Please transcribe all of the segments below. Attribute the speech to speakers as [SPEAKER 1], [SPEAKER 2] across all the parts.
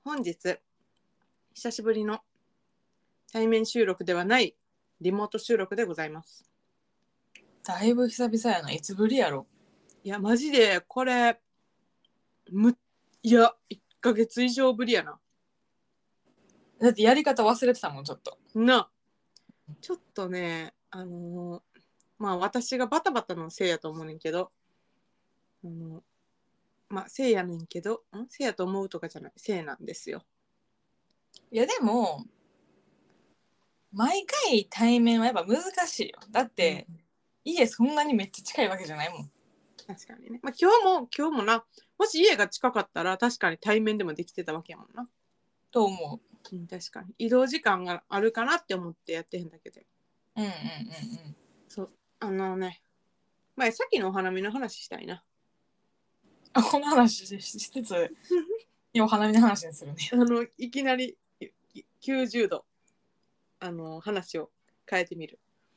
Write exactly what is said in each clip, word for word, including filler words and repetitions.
[SPEAKER 1] 本日久しぶりの対面収録ではないリモート収録でございます。
[SPEAKER 2] だいぶ久々やな。いつぶりやろ。
[SPEAKER 1] いやマジでこれむいやいっかげつ以上ぶりやな。
[SPEAKER 2] だってやり方忘れてたもん、ちょっと。
[SPEAKER 1] なちょっとねあのー、まあ私がバタバタのせいやと思うねんけど、あのまあせいやねんけどんせいやと思うとかじゃないせいなんですよ。
[SPEAKER 2] いやでも毎回対面はやっぱ難しいよ。だって、うん、家そんなにめっちゃ近いわけじゃないもん。
[SPEAKER 1] 確かにね。まあ今日も今日もな、もし家が近かったら確かに対面でもできてたわけやもんな。
[SPEAKER 2] と思
[SPEAKER 1] う。うん、確かに移動時間があるかなって思ってやってへんだけで。
[SPEAKER 2] う。うんうんうんうん。
[SPEAKER 1] そうあのね、まあさっきのお花見の話したいな。
[SPEAKER 2] あ、この話ししつつ、お花見の話にするね。
[SPEAKER 1] あのいきなりきゅうじゅうどあの話を変えてみる。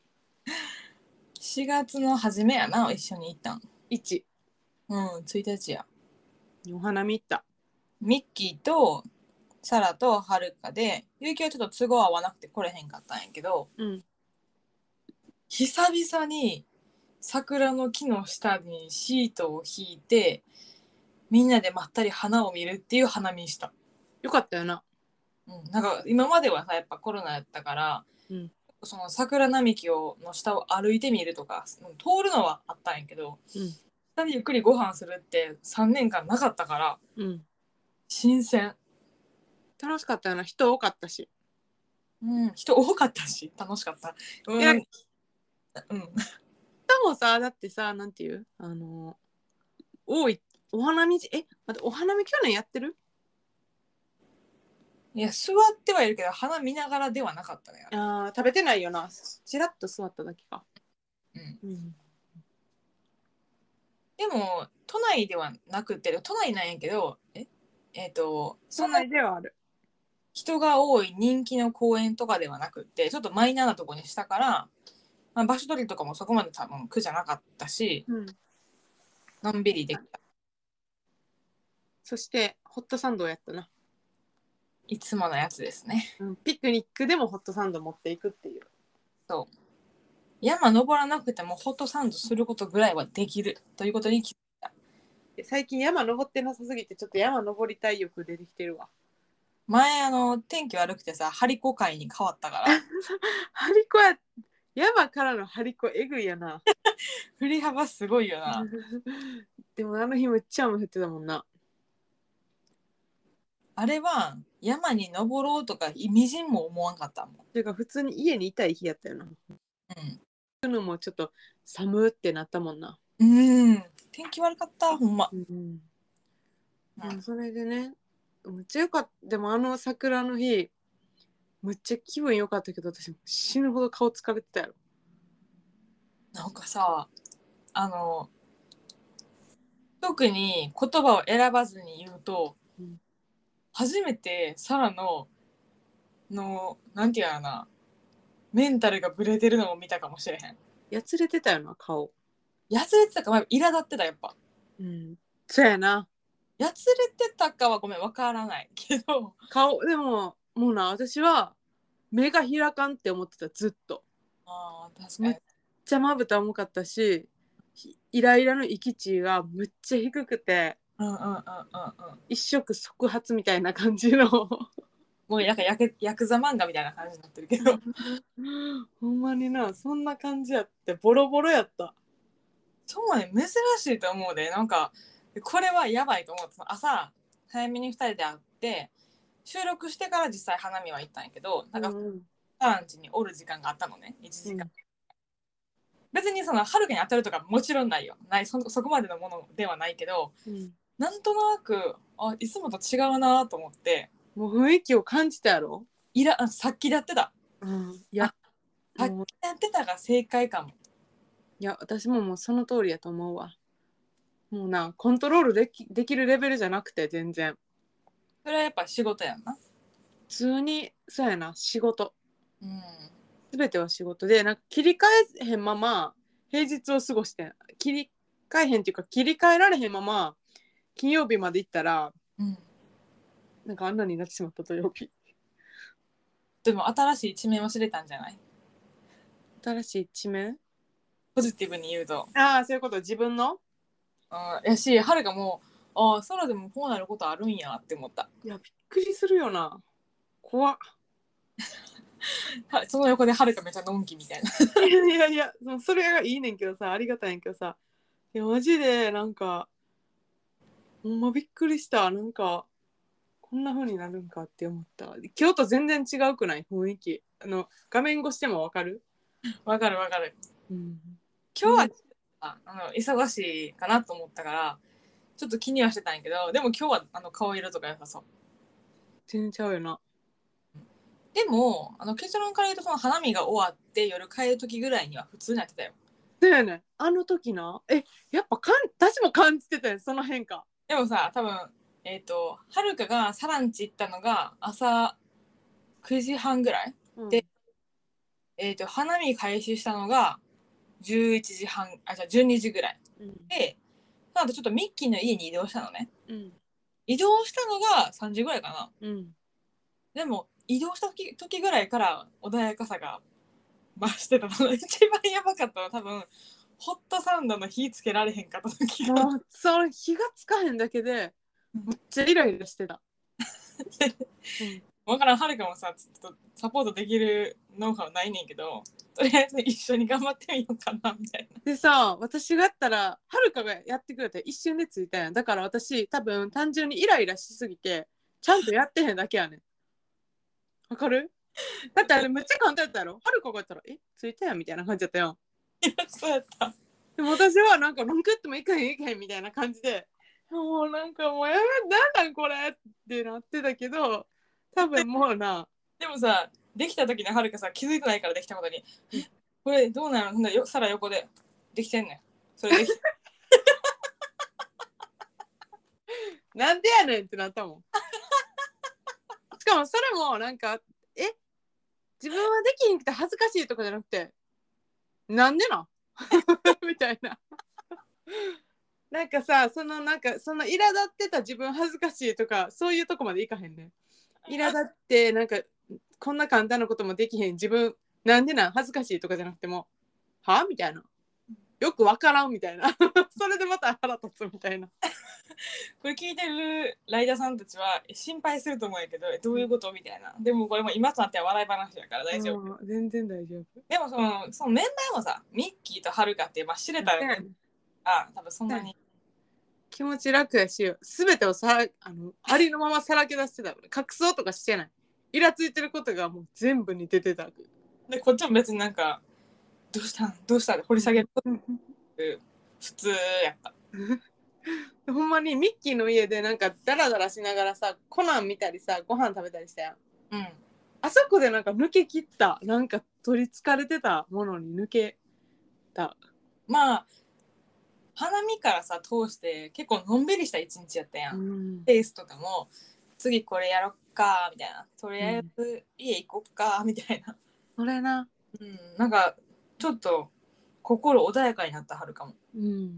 [SPEAKER 2] しがつの初めやな、一緒に行ったん。
[SPEAKER 1] いち
[SPEAKER 2] うん、ついたちや。
[SPEAKER 1] お花見行った。
[SPEAKER 2] ミッキーとサラとはるかで、ゆうきはちょっと都合合わなくて来れへんかったんやけど、
[SPEAKER 1] うん。
[SPEAKER 2] 久々に桜の木の下にシートを引いてみんなでまったり花を見るっていう花見した。
[SPEAKER 1] よかったよな。
[SPEAKER 2] うん、なんか今まではさやっぱコロナやったから、
[SPEAKER 1] うん、
[SPEAKER 2] その桜並木をの下を歩いてみるとか通るのはあったんやけど、
[SPEAKER 1] うん、
[SPEAKER 2] 下でゆっくりご飯するってさんねんかんなかったから、
[SPEAKER 1] うん、
[SPEAKER 2] 新鮮。
[SPEAKER 1] 楽しかったよな。人多かったし。
[SPEAKER 2] うん、人多かったし楽しかった。うん、
[SPEAKER 1] いや、
[SPEAKER 2] うん、
[SPEAKER 1] 人もさ、だってさ、なんていうあの多いお花見え待ってお花見去年やってる？
[SPEAKER 2] いや座ってはいるけど花見ながらではなかったね。
[SPEAKER 1] あー食べてないよな。ちらっと座っただけか。
[SPEAKER 2] うん、
[SPEAKER 1] うん、
[SPEAKER 2] でも都内ではなくて都内なんやけどええっ、ー、とそ
[SPEAKER 1] 都
[SPEAKER 2] んな
[SPEAKER 1] 内ではある。
[SPEAKER 2] 人が多い人気の公園とかではなくってちょっとマイナーなとこにしたから、まあ、場所取りとかもそこまで多分苦じゃなかったし、
[SPEAKER 1] うん、
[SPEAKER 2] のんびりできた。
[SPEAKER 1] そしてホットサンドをやったな。
[SPEAKER 2] いつものやつですね。
[SPEAKER 1] うん、ピクニックでもホットサンド持っていくっていう。
[SPEAKER 2] そう山登らなくてもホットサンドすることぐらいはできるということに気づいた。
[SPEAKER 1] 最近山登ってなさすぎてちょっと山登りたい欲出てきてるわ。
[SPEAKER 2] 前あの天気悪くてさ張り子会に変わったから
[SPEAKER 1] 張り子や山からの張り子えぐいやな。
[SPEAKER 2] 振り幅すごいよな。
[SPEAKER 1] でもあの日めっちゃ雨降ってたもんな。
[SPEAKER 2] あれは山に登ろうとかみじんも思わんかったもん。
[SPEAKER 1] ていうか普通に家にいたい日やったよな。
[SPEAKER 2] うん
[SPEAKER 1] 行くのもちょっと寒ってなったもんな。
[SPEAKER 2] うん天気悪かったほんま。
[SPEAKER 1] うん、
[SPEAKER 2] うん、
[SPEAKER 1] それでねめっちゃよかった。でもあの桜の日めっちゃ気分良かったけど私死ぬほど顔疲れてたやろ。
[SPEAKER 2] なんかさあの特に言葉を選ばずに言うと、うん、初めてサラののなんていうのなメンタルがブレてるのを見たかもしれへん。
[SPEAKER 1] やつれてたよな顔。
[SPEAKER 2] やつれてたか、まあ、苛立ってたやっぱ。
[SPEAKER 1] うんそうやな。
[SPEAKER 2] やつれてたかはごめんわからないけど
[SPEAKER 1] 顔でももうな私は目が開かんって思ってたずっと。
[SPEAKER 2] あ確かに
[SPEAKER 1] めっちゃまぶた重かったしイライラの息値がむっちゃ低くて、
[SPEAKER 2] うんうんうんうんうん、
[SPEAKER 1] 一触即発みたいな感じの
[SPEAKER 2] もうなんかヤクヤクザ漫画みたいな感じになってるけど
[SPEAKER 1] ほんまになそんな感じやってボロボロやった。
[SPEAKER 2] そうね珍しいと思うで。なんかこれはやばいと思って朝早めにふたりで会って収録してから実際花見は行ったんやけど、なんかランチにおる時間があったのね、いちじかん、うん、別にそのはるかに当たるとかもちろんないよない そ, そこまでのものではないけど、うん、なんとなくあいつもと違うなと思って。
[SPEAKER 1] もう雰囲気を感じたやろ。
[SPEAKER 2] いらさっきやってた、
[SPEAKER 1] うん、いや
[SPEAKER 2] さっきやってたが正解かも。
[SPEAKER 1] いや私ももうその通りやと思うわ。もうなコントロールで き, できるレベルじゃなくて全然
[SPEAKER 2] それはやっぱ仕事やんな。
[SPEAKER 1] 普通にそうやな仕事、
[SPEAKER 2] うん、
[SPEAKER 1] 全ては仕事でなんか切り替えへんまま平日を過ごして切り替えへんっていうか切り替えられへんまま金曜日まで行ったら、
[SPEAKER 2] うん、
[SPEAKER 1] なんかあんなになってしまった土曜日。
[SPEAKER 2] でも新しい一面忘れたんじゃない？
[SPEAKER 1] 新しい一面？
[SPEAKER 2] ポジティブに言うと。
[SPEAKER 1] ああ、そういうこと。自分の。
[SPEAKER 2] あやし、はるかも、ああ、空でもこうなることあるんやって思った。
[SPEAKER 1] いや、びっくりするよな。怖っ。
[SPEAKER 2] その横ではるかめっちゃのんきみたいな。
[SPEAKER 1] いやいやいや、それがいいねんけどさ、ありがたいねんけどさ。いや、マジで、なんか、ほんまびっくりした。なんか、こんな風になるんかって思った。今日と全然違うくない雰囲気。あの、画面越してもわかる？
[SPEAKER 2] わかるわかる。
[SPEAKER 1] うん。
[SPEAKER 2] 今日は、あの忙しいかなと思ったからちょっと気にはしてたんやけど、でも今日はあの顔色とか良さそう。
[SPEAKER 1] 全然ちゃうよな。
[SPEAKER 2] でもあの結論から言うと、その花見が終わって夜帰る時ぐらいには普通になってたよ。
[SPEAKER 1] そうやねん。あの時な。え、やっぱかん、私も感じてたよ、その変化。
[SPEAKER 2] でもさ、多分えっ、ー、とはるかがサランチ行ったのが朝くじはんぐらい、
[SPEAKER 1] うん、
[SPEAKER 2] で、えっ、ー、と花見開始したのがじゅういちじはん、あ、じゃあじゅうにじぐらい、
[SPEAKER 1] うん、
[SPEAKER 2] で、その後ちょっとミッキーの家に移動したのね。
[SPEAKER 1] うん、
[SPEAKER 2] 移動したのがさんじぐらいかな。
[SPEAKER 1] うん。
[SPEAKER 2] でも移動した時時ぐらいから穏やかさが増してたの。一番やばかったのは多分ホットサンドの火つけられへんかった時が。
[SPEAKER 1] もう、その火がつかへんだけで、めっちゃイライラしてた。うん、
[SPEAKER 2] 分からん、はるかもさ、ちょっとサポートできるノウハウないねんけど、とりあえず一緒に頑張ってみようかなみたいな。
[SPEAKER 1] でさ、私がやったら、はるかがやってくれて一瞬でついたやん。だから私、多分単純にイライラしすぎて、ちゃんとやってへんだけやねん。わかる？だってあれめっちゃ簡単やったやろ？はるかがやったら、え、ついたやんみたいな感じだったやん。
[SPEAKER 2] いや、そうやった。
[SPEAKER 1] でも私はなんかロンクッともいかへんいかへんみたいな感じで、もうなんかもうやめ、なんなんこれってなってたけど、多分もうな。
[SPEAKER 2] でもさ、できた時にはるかさ、気づいてないからできたことに、え、これどうなの？ほんだらよ、さら横で、できてんねん。それできて
[SPEAKER 1] なんでやねんってなったもん。しかもそれもなんか、え、自分はできひんくて恥ずかしいとかじゃなくて、なんでなんみたいな。なんかさ、そのなんかその苛立ってた自分恥ずかしいとかそういうとこまでいかへんねん。苛立ってなんかこんな簡単なこともできへん自分なんでなん恥ずかしいとかじゃなくても、はみたいな。よくわからんみたいな。それでまた腹立つみたいな。
[SPEAKER 2] これ聞いてるライダーさんたちは心配すると思うんやけど、どういうことみたいな。でもこれも今となっては笑い話やから大丈夫。
[SPEAKER 1] 全然大丈夫。
[SPEAKER 2] でもそのそのメンバーもさ、ミッキーとはるかってまあ知れたら、あ、多分そんなに
[SPEAKER 1] 気持ち楽やし、すべてをさらあのありのままさらけ出してた。隠そうとかしてない。イラついてることがもう全部に出てた。
[SPEAKER 2] で、こっちも別になんかどうしたんどうしたん掘り下げること普通やった。
[SPEAKER 1] ほんまにミッキーの家でなんかダラダラしながらさ、コナン見たりさ、ご飯食べたりしたやん。
[SPEAKER 2] うん。
[SPEAKER 1] あそこでなんか抜け切った。なんか取りつかれてたものに抜けた。
[SPEAKER 2] まあ花見からさ通して結構のんびりした一日やったやん。
[SPEAKER 1] うん、
[SPEAKER 2] ペースとかも次これやろっかみたいな、とりあえず家行こっかみたいな。
[SPEAKER 1] それな。
[SPEAKER 2] うん、なんかちょっと心穏やかになったはるかも。
[SPEAKER 1] うん、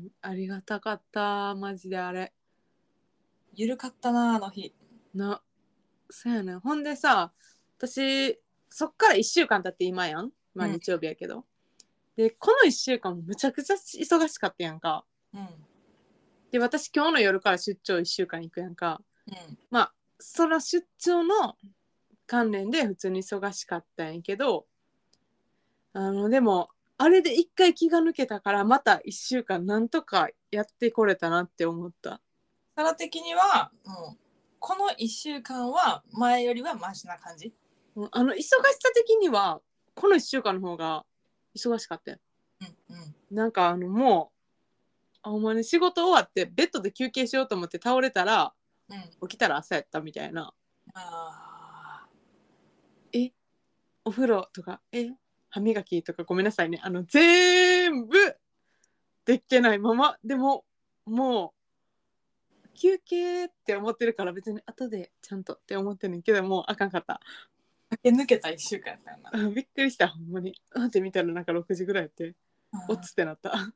[SPEAKER 1] ありがたかった。マジであれ。
[SPEAKER 2] ゆるかったなあの日。
[SPEAKER 1] な、そうやね。ほんでさ、私、そっからいっしゅうかん経って今やん。まあ
[SPEAKER 2] うん
[SPEAKER 1] 日曜日やけど。で、このいっしゅうかんもむちゃくちゃ忙しかったやんか。
[SPEAKER 2] うん
[SPEAKER 1] で、私今日の夜から出張いっしゅうかん行くやんか。
[SPEAKER 2] うん。
[SPEAKER 1] まあ、その出張の関連で普通に忙しかったんやけど、あの、でも、あれで一回気が抜けたからまたいっしゅうかんなんとかやってこれたなって思った。
[SPEAKER 2] サラ的にはもうこのいっしゅうかんは前よりはマシな感じ。
[SPEAKER 1] あの忙しさ的にはこのいっしゅうかんの方が忙しかったよ。
[SPEAKER 2] うんうん。
[SPEAKER 1] なんかあのもうあほんまに仕事終わってベッドで休憩しようと思って倒れたら、
[SPEAKER 2] うん、
[SPEAKER 1] 起きたら朝やったみたいな。
[SPEAKER 2] あ
[SPEAKER 1] え、お風呂とかえ歯磨きとかごめんなさいね、あの全部でっけないままでももう休憩って思ってるから別に後でちゃんとって思ってるんけどもうあかんかった。
[SPEAKER 2] 駆け抜けたいっしゅうかんやったよな。
[SPEAKER 1] びっくりしたほんまに。あって見たらなんかろくじぐらいやっておっつってなった。
[SPEAKER 2] は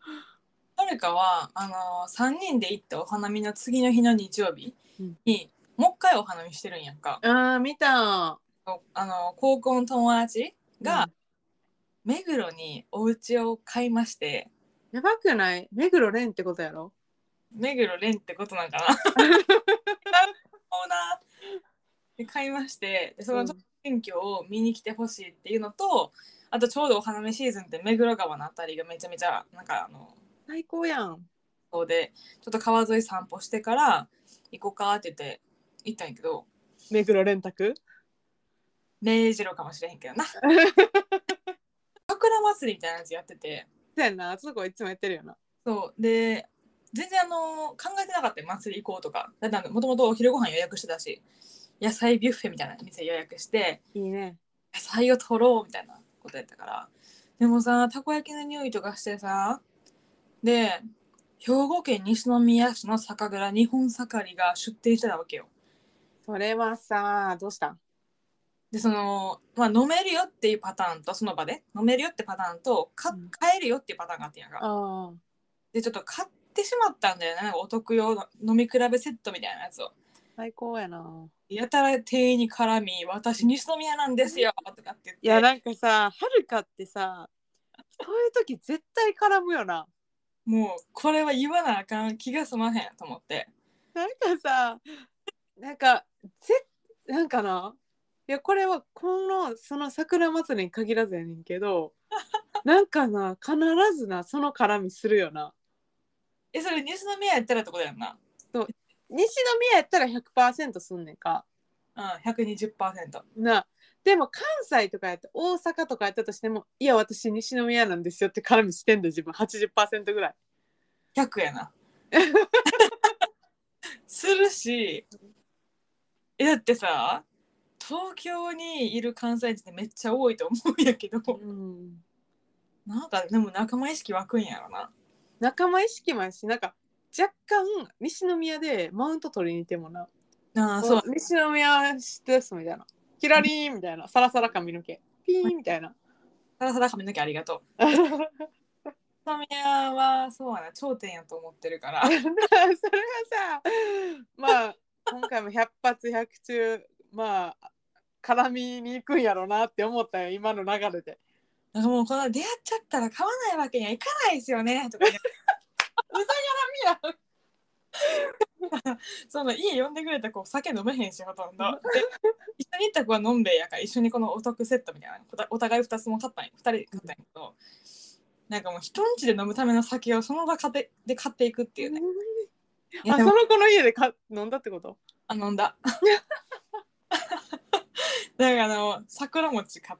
[SPEAKER 2] るかはあのー、さんにんで行ったお花見の次の日の日曜日に、 もう一回お花見してるんやんか。
[SPEAKER 1] あー、見た。
[SPEAKER 2] あの高校の友達が
[SPEAKER 1] うん。
[SPEAKER 2] 目黒にお家を買いまして、
[SPEAKER 1] やばくない？目黒蓮ってことやろ？
[SPEAKER 2] 目黒蓮ってことなんかな。そうなで買いまして、でその
[SPEAKER 1] うん。
[SPEAKER 2] 選挙を見に来てほしいっていうのと、あとちょうどお花見シーズンって目黒川のあたりがめちゃめちゃなんかあの
[SPEAKER 1] 最高やん。
[SPEAKER 2] そうで、ちょっと川沿い散歩してから行こうかって言って行ったんやけど、
[SPEAKER 1] 目黒蓮卓。
[SPEAKER 2] 明治路かもしれへんけどな。桜祭りみたいなやつやってて、
[SPEAKER 1] そうやんな。あそこいつもやってるよな。
[SPEAKER 2] そうで全然あの考えてなかったよ、祭り行こうとか。だってもともとお昼ご飯予約してたし、野菜ビュッフェみたいな店予約して、
[SPEAKER 1] いいね。
[SPEAKER 2] 野菜を取ろうみたいなことやったから。でもさ、たこ焼きの匂いとかしてさ、で兵庫県西宮市の酒蔵日本盛りが出店してたわけよ。
[SPEAKER 1] それはさ、どうしたん？
[SPEAKER 2] でその、まあ、飲めるよっていうパターンと、その場で飲めるよってパターンとか
[SPEAKER 1] うん。
[SPEAKER 2] 買えるよっていうパターンがあってんやんか。
[SPEAKER 1] ああ、
[SPEAKER 2] でちょっと買ってしまったんだよね、なんかお得用の飲み比べセットみたいなやつを。
[SPEAKER 1] 最高やな。
[SPEAKER 2] やたら店員に絡み、私西宮なんですよとかって言っ
[SPEAKER 1] いや、
[SPEAKER 2] て、
[SPEAKER 1] なんかさ、はるかってさ、そういう時絶対絡むよな。
[SPEAKER 2] もうこれは言わなあかん、気が済まへんと思って。
[SPEAKER 1] なんかさ、なんか、ぜ、なんかな。いや、これはこの、その桜祭りに限らずやねんけど、なんかな、必ずな、その絡みするよな。
[SPEAKER 2] え、それ西宮やったらってことやんな。
[SPEAKER 1] そう、西宮やったらひゃくパーセントすんねんか。
[SPEAKER 2] うん、ひゃくにじゅっパーセント。
[SPEAKER 1] な、でも関西とかやった、大阪とかやったとしても、いや、私西宮なんですよって絡みしてんで、自分はちじゅっパーセントぐらい。
[SPEAKER 2] ひゃくやな。するし、え、だってさ、東京にいる関西人ってめっちゃ多いと思うんやけど、
[SPEAKER 1] うん、
[SPEAKER 2] なんかでも仲間意識湧くんやろな。
[SPEAKER 1] 仲間意識もやし、なんか若干西宮でマウント取りに行ってもな、
[SPEAKER 2] ああ、そう。
[SPEAKER 1] 西宮知ってますみたいな、キラリーンみたいな、サラサラ髪の毛ピーンみたいな。
[SPEAKER 2] ただただ髪の毛ありがとう。え、西宮はそうやな、頂点やと思ってるから。
[SPEAKER 1] それはさ、まあ今回もひゃく発ひゃく中、まあ絡みに行くんやろうなって思ったよ、今の流れで。
[SPEAKER 2] なんかもうこの出会っちゃったら買わないわけにはいかないですよねとか言って、
[SPEAKER 1] うざがらみや。
[SPEAKER 2] その家呼んでくれた子酒飲めへんしほとんどで、一緒に行った子は飲んべえやから一緒にこのお得セットみたいなお互いふたつも買ったんや、ふたりで買ったんやけど、なんかもう人ん家で飲むための酒をその場で買っていくっていうね。いや
[SPEAKER 1] あ、
[SPEAKER 2] でも、
[SPEAKER 1] その子の家でか飲んだってこと？
[SPEAKER 2] あ、飲んだ。だからあの桜餅買って、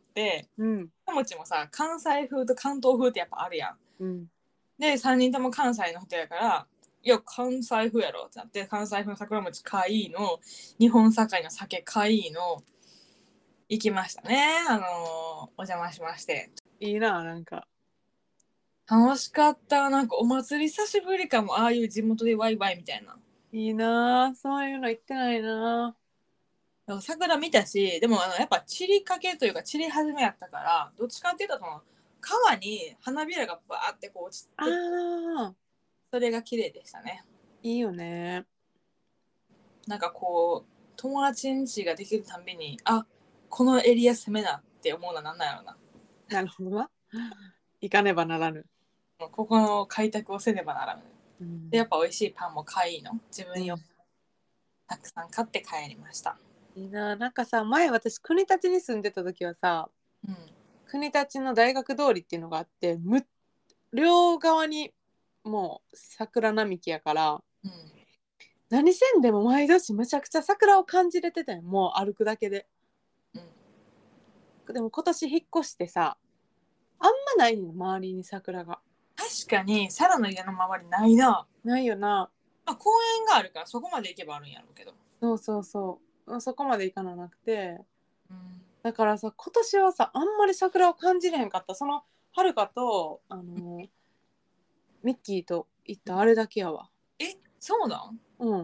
[SPEAKER 1] うん。
[SPEAKER 2] 桜餅もさ関西風と関東風ってやっぱあるやん。
[SPEAKER 1] うん。
[SPEAKER 2] でさんにんとも関西の人やから、いや関西風やろってなって、関西風の桜餅買いの、日本酒の酒買いの行きましたね。あのーお邪魔しまして、
[SPEAKER 1] いいな、なんか。
[SPEAKER 2] 楽しかった。なんかお祭り久しぶりかも、ああいう地元でワイワイみたいな。
[SPEAKER 1] いいな、そういうの行ってないな。
[SPEAKER 2] なんか桜見たし、でもあのやっぱ散りかけというか散り始めやったから、どっちかっていうとその川に花びらがバーってこう落ち
[SPEAKER 1] あ
[SPEAKER 2] て、
[SPEAKER 1] あ、
[SPEAKER 2] それが綺麗でしたね。
[SPEAKER 1] いいよね。
[SPEAKER 2] なんかこう友達ん家ができるたんびに、あ、このエリア攻めなって思うのはなんなんやろな。
[SPEAKER 1] なるほどな。行かねばならぬ。
[SPEAKER 2] ここの開拓をせねばならぬ。
[SPEAKER 1] うん。
[SPEAKER 2] でやっぱ美味しいパンも買いの自分用
[SPEAKER 1] うん、
[SPEAKER 2] たくさん買って帰りました。
[SPEAKER 1] いいな。なんかさ、前私、国立に住んでた時はさ、
[SPEAKER 2] うん。
[SPEAKER 1] 国立の大学通りっていうのがあって、む両側にもう桜並木やから、
[SPEAKER 2] うん。
[SPEAKER 1] 何せんでも毎年むちゃくちゃ桜を感じれてたよ、もう歩くだけで。
[SPEAKER 2] うん。
[SPEAKER 1] でも今年引っ越してさ、あんまないの、周りに桜が。
[SPEAKER 2] 確かにサラの家の周りないな。
[SPEAKER 1] ないよな。
[SPEAKER 2] まあ、公園があるからそこまで行けばあるんやろうけど。
[SPEAKER 1] そうそうそう。そこまで行かななくて。
[SPEAKER 2] うん。
[SPEAKER 1] だからさ、今年はさ、あんまり桜を感じれへんかった。その、はるかと、あの、ミッキーと行ったあれだけやわ。
[SPEAKER 2] え、そうなん？
[SPEAKER 1] うん。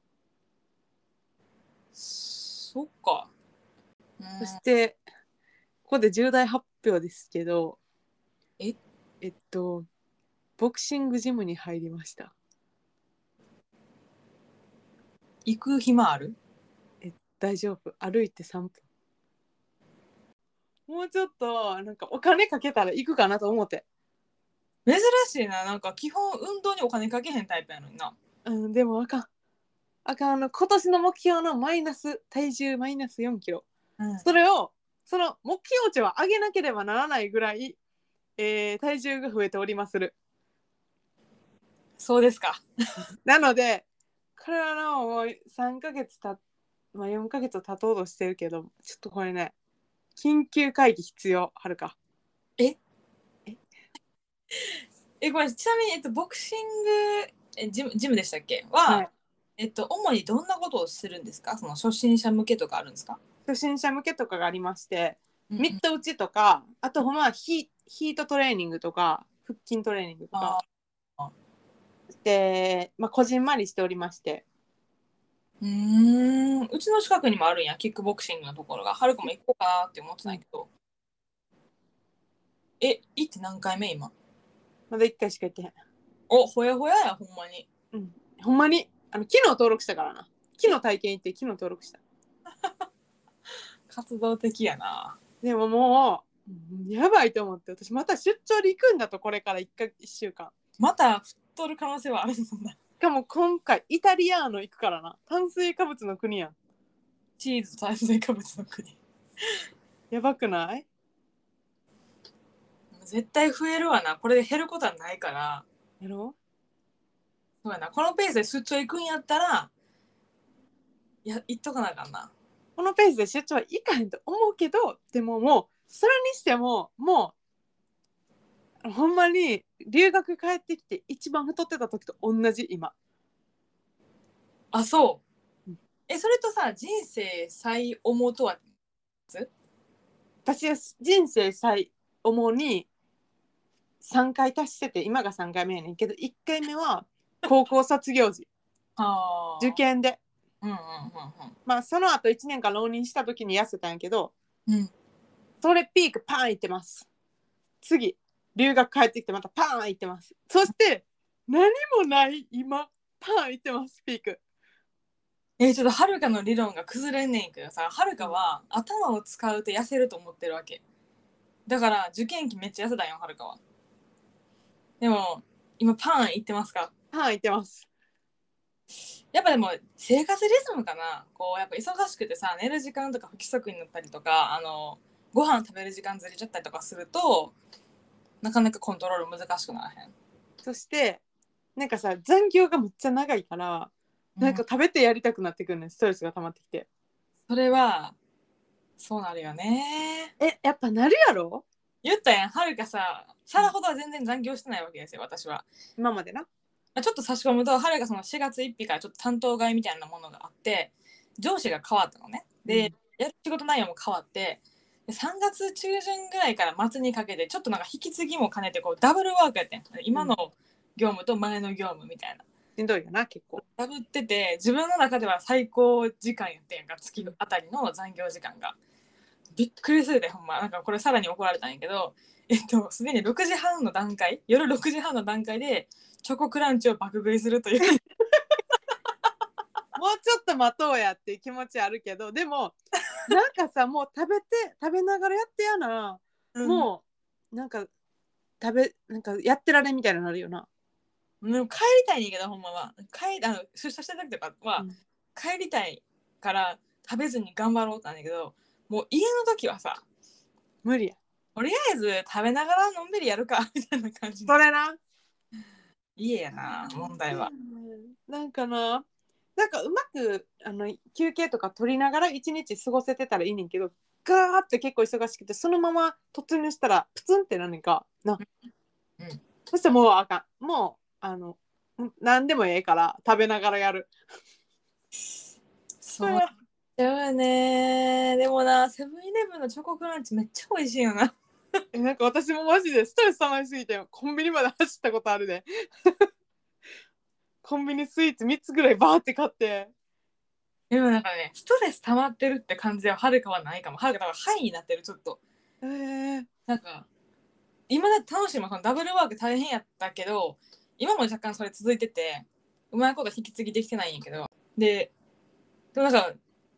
[SPEAKER 2] そっか。うん。
[SPEAKER 1] そして、ここで重大発表ですけど、
[SPEAKER 2] え、
[SPEAKER 1] えっと、ボクシングジムに入りました。
[SPEAKER 2] 行く暇ある？
[SPEAKER 1] 大丈夫。歩いてさんぷん。もうちょっとなんかお金かけたら行くかなと思って。
[SPEAKER 2] 珍しいな。なんか基本運動にお金かけへんタイプやのにな。
[SPEAKER 1] うん、でもあかん。あかん。あの今年の目標のマイナス体重マイナスよんキロ、
[SPEAKER 2] うん、
[SPEAKER 1] それをその目標値は上げなければならないぐらい、えー体重が増えておりまする。
[SPEAKER 2] そうですか。
[SPEAKER 1] なのでこれはのもうさんかげつた、まあ、よんかげつ経とうとしてるけど、ちょっとこれね緊急会議必要。はるか
[SPEAKER 2] え
[SPEAKER 1] え
[SPEAKER 2] え、ごめん、ちなみに、えっと、ボクシングえジム、ジムでしたっけは、
[SPEAKER 1] はい、
[SPEAKER 2] えっと、主にどんなことをするんですか？その初心者向けとかあるんですか？
[SPEAKER 1] 初心者向けとかがありまして、
[SPEAKER 2] うんうん、
[SPEAKER 1] ミット打ちとか、あとほんまヒ、ヒートトレーニングとか腹筋トレーニングとか
[SPEAKER 2] ああ、
[SPEAKER 1] で、まあ、こじんまりしておりまして。
[SPEAKER 2] うーん、うちの近くにもあるんや、キックボクシングのところが。はるかも行こうかなって思ってたんやけど。え、行って何回目今？
[SPEAKER 1] まだいっかいしか行ってへん。
[SPEAKER 2] お、ほやほやや、ほんまに。
[SPEAKER 1] うん、ほんまにあの昨日登録したからな。昨日体験行って昨日登録した。
[SPEAKER 2] 活動的やな。
[SPEAKER 1] でももうやばいと思って、私また出張で行くんだと。これからいっかいっしゅうかん。
[SPEAKER 2] また太る可能性はあるもんな。
[SPEAKER 1] しかも今回イタリアーノ行くからな。炭水化物の国やん。
[SPEAKER 2] チーズと炭水化物の国。
[SPEAKER 1] やばくない？
[SPEAKER 2] 絶対増えるわな。これで減ることはないから。
[SPEAKER 1] やろ
[SPEAKER 2] そうやな。このペースで出張行くんやったら、いや、行っとかなあかんな。
[SPEAKER 1] このペースで出張は行かへんと思うけど、でももうそれにしてももうほんまに留学帰ってきて一番太ってた時と同じ今。
[SPEAKER 2] あ、そう。
[SPEAKER 1] うん、
[SPEAKER 2] え、それとさ、人生最重とは？
[SPEAKER 1] 私は人生最重にさんかい達してて、今がさんかいめやねんけど、いっかいめは高校卒業時
[SPEAKER 2] あ
[SPEAKER 1] 受験で、
[SPEAKER 2] うんうん
[SPEAKER 1] まあその後いちねんかん浪人した時に痩せたんやけど、
[SPEAKER 2] うんうん。うん。
[SPEAKER 1] それピークパーンいってます。次留学帰ってきてまたパーンいってます。そして何もない今パーンいってます、ピーク。
[SPEAKER 2] えーちょっとはるかの理論が崩れんねんけどさ、はるかは頭を使うと痩せると思ってるわけ。だから受験期めっちゃ痩せたんよ、はるかは。でも、今パーンいってますか？
[SPEAKER 1] パーンいってます。
[SPEAKER 2] やっぱでも生活リズムかな。こうやっぱ忙しくてさ、寝る時間とか不規則になったりとか、あのご飯食べる時間ずれちゃったりとかすると、なかなかコントロール難しくならへん。
[SPEAKER 1] そしてなんかさ、残業がめっちゃ長いからなんか食べてやりたくなってくるね、ストレスが溜まってきて。
[SPEAKER 2] それはそうなるよね。
[SPEAKER 1] え、やっぱなるやろ。
[SPEAKER 2] 言ったやん、はるかさ、さらほどは全然残業してないわけですよ、私は。
[SPEAKER 1] 今までな。
[SPEAKER 2] ちょっと差し込むと、はるかそのしがつついたちからちょっと担当替えみたいなものがあって、上司が変わったのね。で、
[SPEAKER 1] うん、
[SPEAKER 2] やる仕事内容も変わって、でさんがつ中旬ぐらいから末にかけて、ちょっとなんか引き継ぎも兼ねて、こうダブルワークやってん。今の業務と前の業務みたいな。
[SPEAKER 1] しんどいよな結構。
[SPEAKER 2] ダブってて、自分の中では最高時間やってんやんか、月あたりの残業時間が。びっくりするで、ほんま。なんかこれさらに怒られたんやけど、えっと、すでにろくじはんの段階、夜ろくじはんの段階で、チョコクランチを爆食いするという。
[SPEAKER 1] もうちょっと待とうやっていう気持ちあるけど、でもなんかさ、もう食べて食べながらやってやな、
[SPEAKER 2] うん、
[SPEAKER 1] もうなんか食べなんかやってられんみたいになるよな。
[SPEAKER 2] でも帰りたいねんけど、ほんまは。帰あの出社した時とかは、
[SPEAKER 1] うん、
[SPEAKER 2] 帰りたいから食べずに頑張ろうってなんだけど、もう家の時はさ、
[SPEAKER 1] 無理や。
[SPEAKER 2] とりあえず食べながらのんびりやるかみたいな感じ
[SPEAKER 1] それな。
[SPEAKER 2] 家やな、問題は。
[SPEAKER 1] なんかな、なんかうまくあの休憩とか取りながら一日過ごせてたらいいねんけど、ガーって結構忙しくてそのまま突入したらプツンってなんねんかな、
[SPEAKER 2] うん、
[SPEAKER 1] そしたらもうあかん。もうあの何でもええから食べながらやる。
[SPEAKER 2] そうだよね。でもな、セブンイレブンのチョコクランチめっちゃ美味しいよな。
[SPEAKER 1] え、なんか私もマジでストレス溜まりすぎてコンビニまで走ったことあるでコンビニスイーツみっつぐらいバーって買って。
[SPEAKER 2] でもなんかね、ストレス溜まってるって感じでははるかはないかも。はるか多分ハイになってる、ちょっと。
[SPEAKER 1] えー、
[SPEAKER 2] なんか、今だって楽しいもん、そのダブルワーク大変やったけど、今も若干それ続いてて、うまいこと引き継ぎできてないんやけど、で、でもなんか、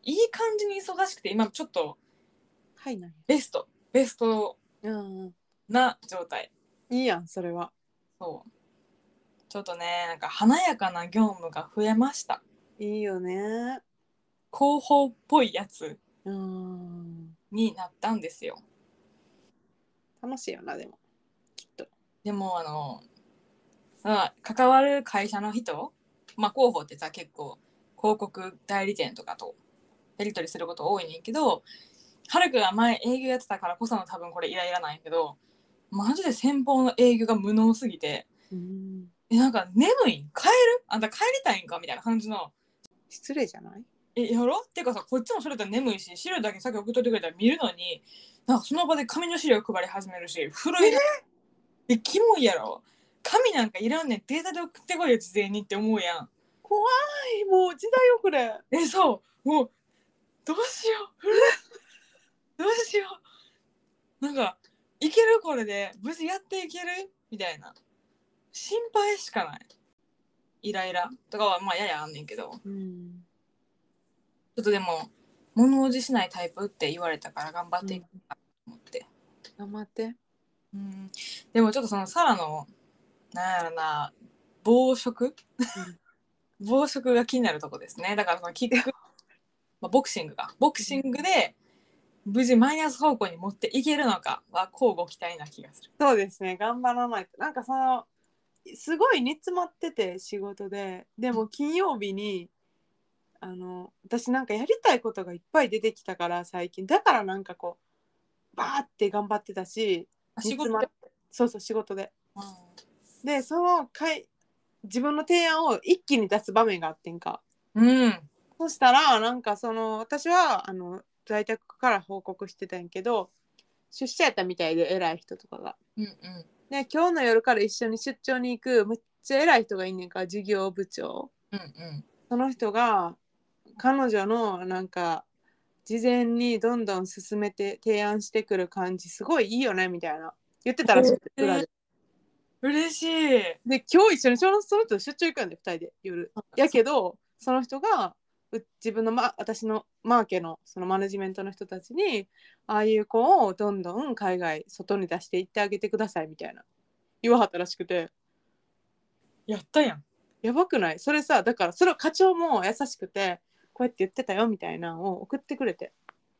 [SPEAKER 2] いい感じに忙しくて今ちょっと
[SPEAKER 1] はいなんや。
[SPEAKER 2] ベストベスト
[SPEAKER 1] うん
[SPEAKER 2] な状態。
[SPEAKER 1] いいやんそれは。
[SPEAKER 2] そうちょっとねなんか華やかな業務が増えました。
[SPEAKER 1] いいよね。
[SPEAKER 2] 広報っぽいやつ
[SPEAKER 1] うん
[SPEAKER 2] になったんですよ。
[SPEAKER 1] 楽しいよなでもきっと。
[SPEAKER 2] でもあの、まあ、関わる会社の人、まあ、広報ってさ結構広告代理店とかとやり取りすること多いねんけど、はるかが前営業やってたからこその多分これイライラなんやけど、マジで先方の営業が無能すぎて、
[SPEAKER 1] うん
[SPEAKER 2] えなんか眠いん帰るあんた帰りたいんかみたいな感じの、
[SPEAKER 1] 失礼じゃない？
[SPEAKER 2] えやろっていうかさ、こっちもそれだったら眠いし資料だけ先送っといてくれたら見るのに、なんかその場で紙の資料配り始めるし古いな、えキモいやろ、紙なんかいらんねん、データで送ってこいよ事前にって思うやん。
[SPEAKER 1] 怖いもう時代遅れ。
[SPEAKER 2] えそうもうどうしようどうしよう、なんかいけるこれで無事やっていけるみたいな心配しかない。イライラとかはまあややあんねんけど、
[SPEAKER 1] うん
[SPEAKER 2] ちょっとでも物おじしないタイプって言われたから頑張っていこうかと思って、
[SPEAKER 1] 頑張って。
[SPEAKER 2] うん、でもちょっとそのサラのなんやろな暴食
[SPEAKER 1] うん
[SPEAKER 2] 暴食が気になるとこですね。だからそのキック、まあ、ボクシングがボクシングで無事マイナス方向に持っていけるのかは交互期待な気がする。
[SPEAKER 1] そうですね頑張らないと。なんかそのすごい煮詰まってて仕事で、でも金曜日にあの私なんかやりたいことがいっぱい出てきたから最近、だからなんかこうバーって頑張ってたし、煮
[SPEAKER 2] あ仕事で、
[SPEAKER 1] 詰まって、そうそう仕事で、
[SPEAKER 2] う
[SPEAKER 1] でそのかい自分の提案を一気に出す場面があってんか。
[SPEAKER 2] ん、うん、
[SPEAKER 1] そしたらなんかその私はあの在宅から報告してたんやけど、出社やったみたいで偉い人とかが、
[SPEAKER 2] うん、うん、
[SPEAKER 1] で今日の夜から一緒に出張に行くむっちゃ偉い人がいんねんか、事業部長。
[SPEAKER 2] うん、うん、
[SPEAKER 1] その人が彼女のなんか事前にどんどん進めて提案してくる感じすごいいいよねみたいな言ってたらしくて、
[SPEAKER 2] えー、
[SPEAKER 1] 裏で。
[SPEAKER 2] 嬉しい。
[SPEAKER 1] で今日一緒にそのその人と出張行くんでふたりで夜やけど、その人がう自分の、ま、私のマーケのそのマネジメントの人たちにああいう子をどんどん海外外に出していってあげてくださいみたいな言わはったらしくて、
[SPEAKER 2] やったやん。
[SPEAKER 1] やばくない？それさ、だからそれを課長も優しくてこうやって言ってたよみたいなのを送ってくれて、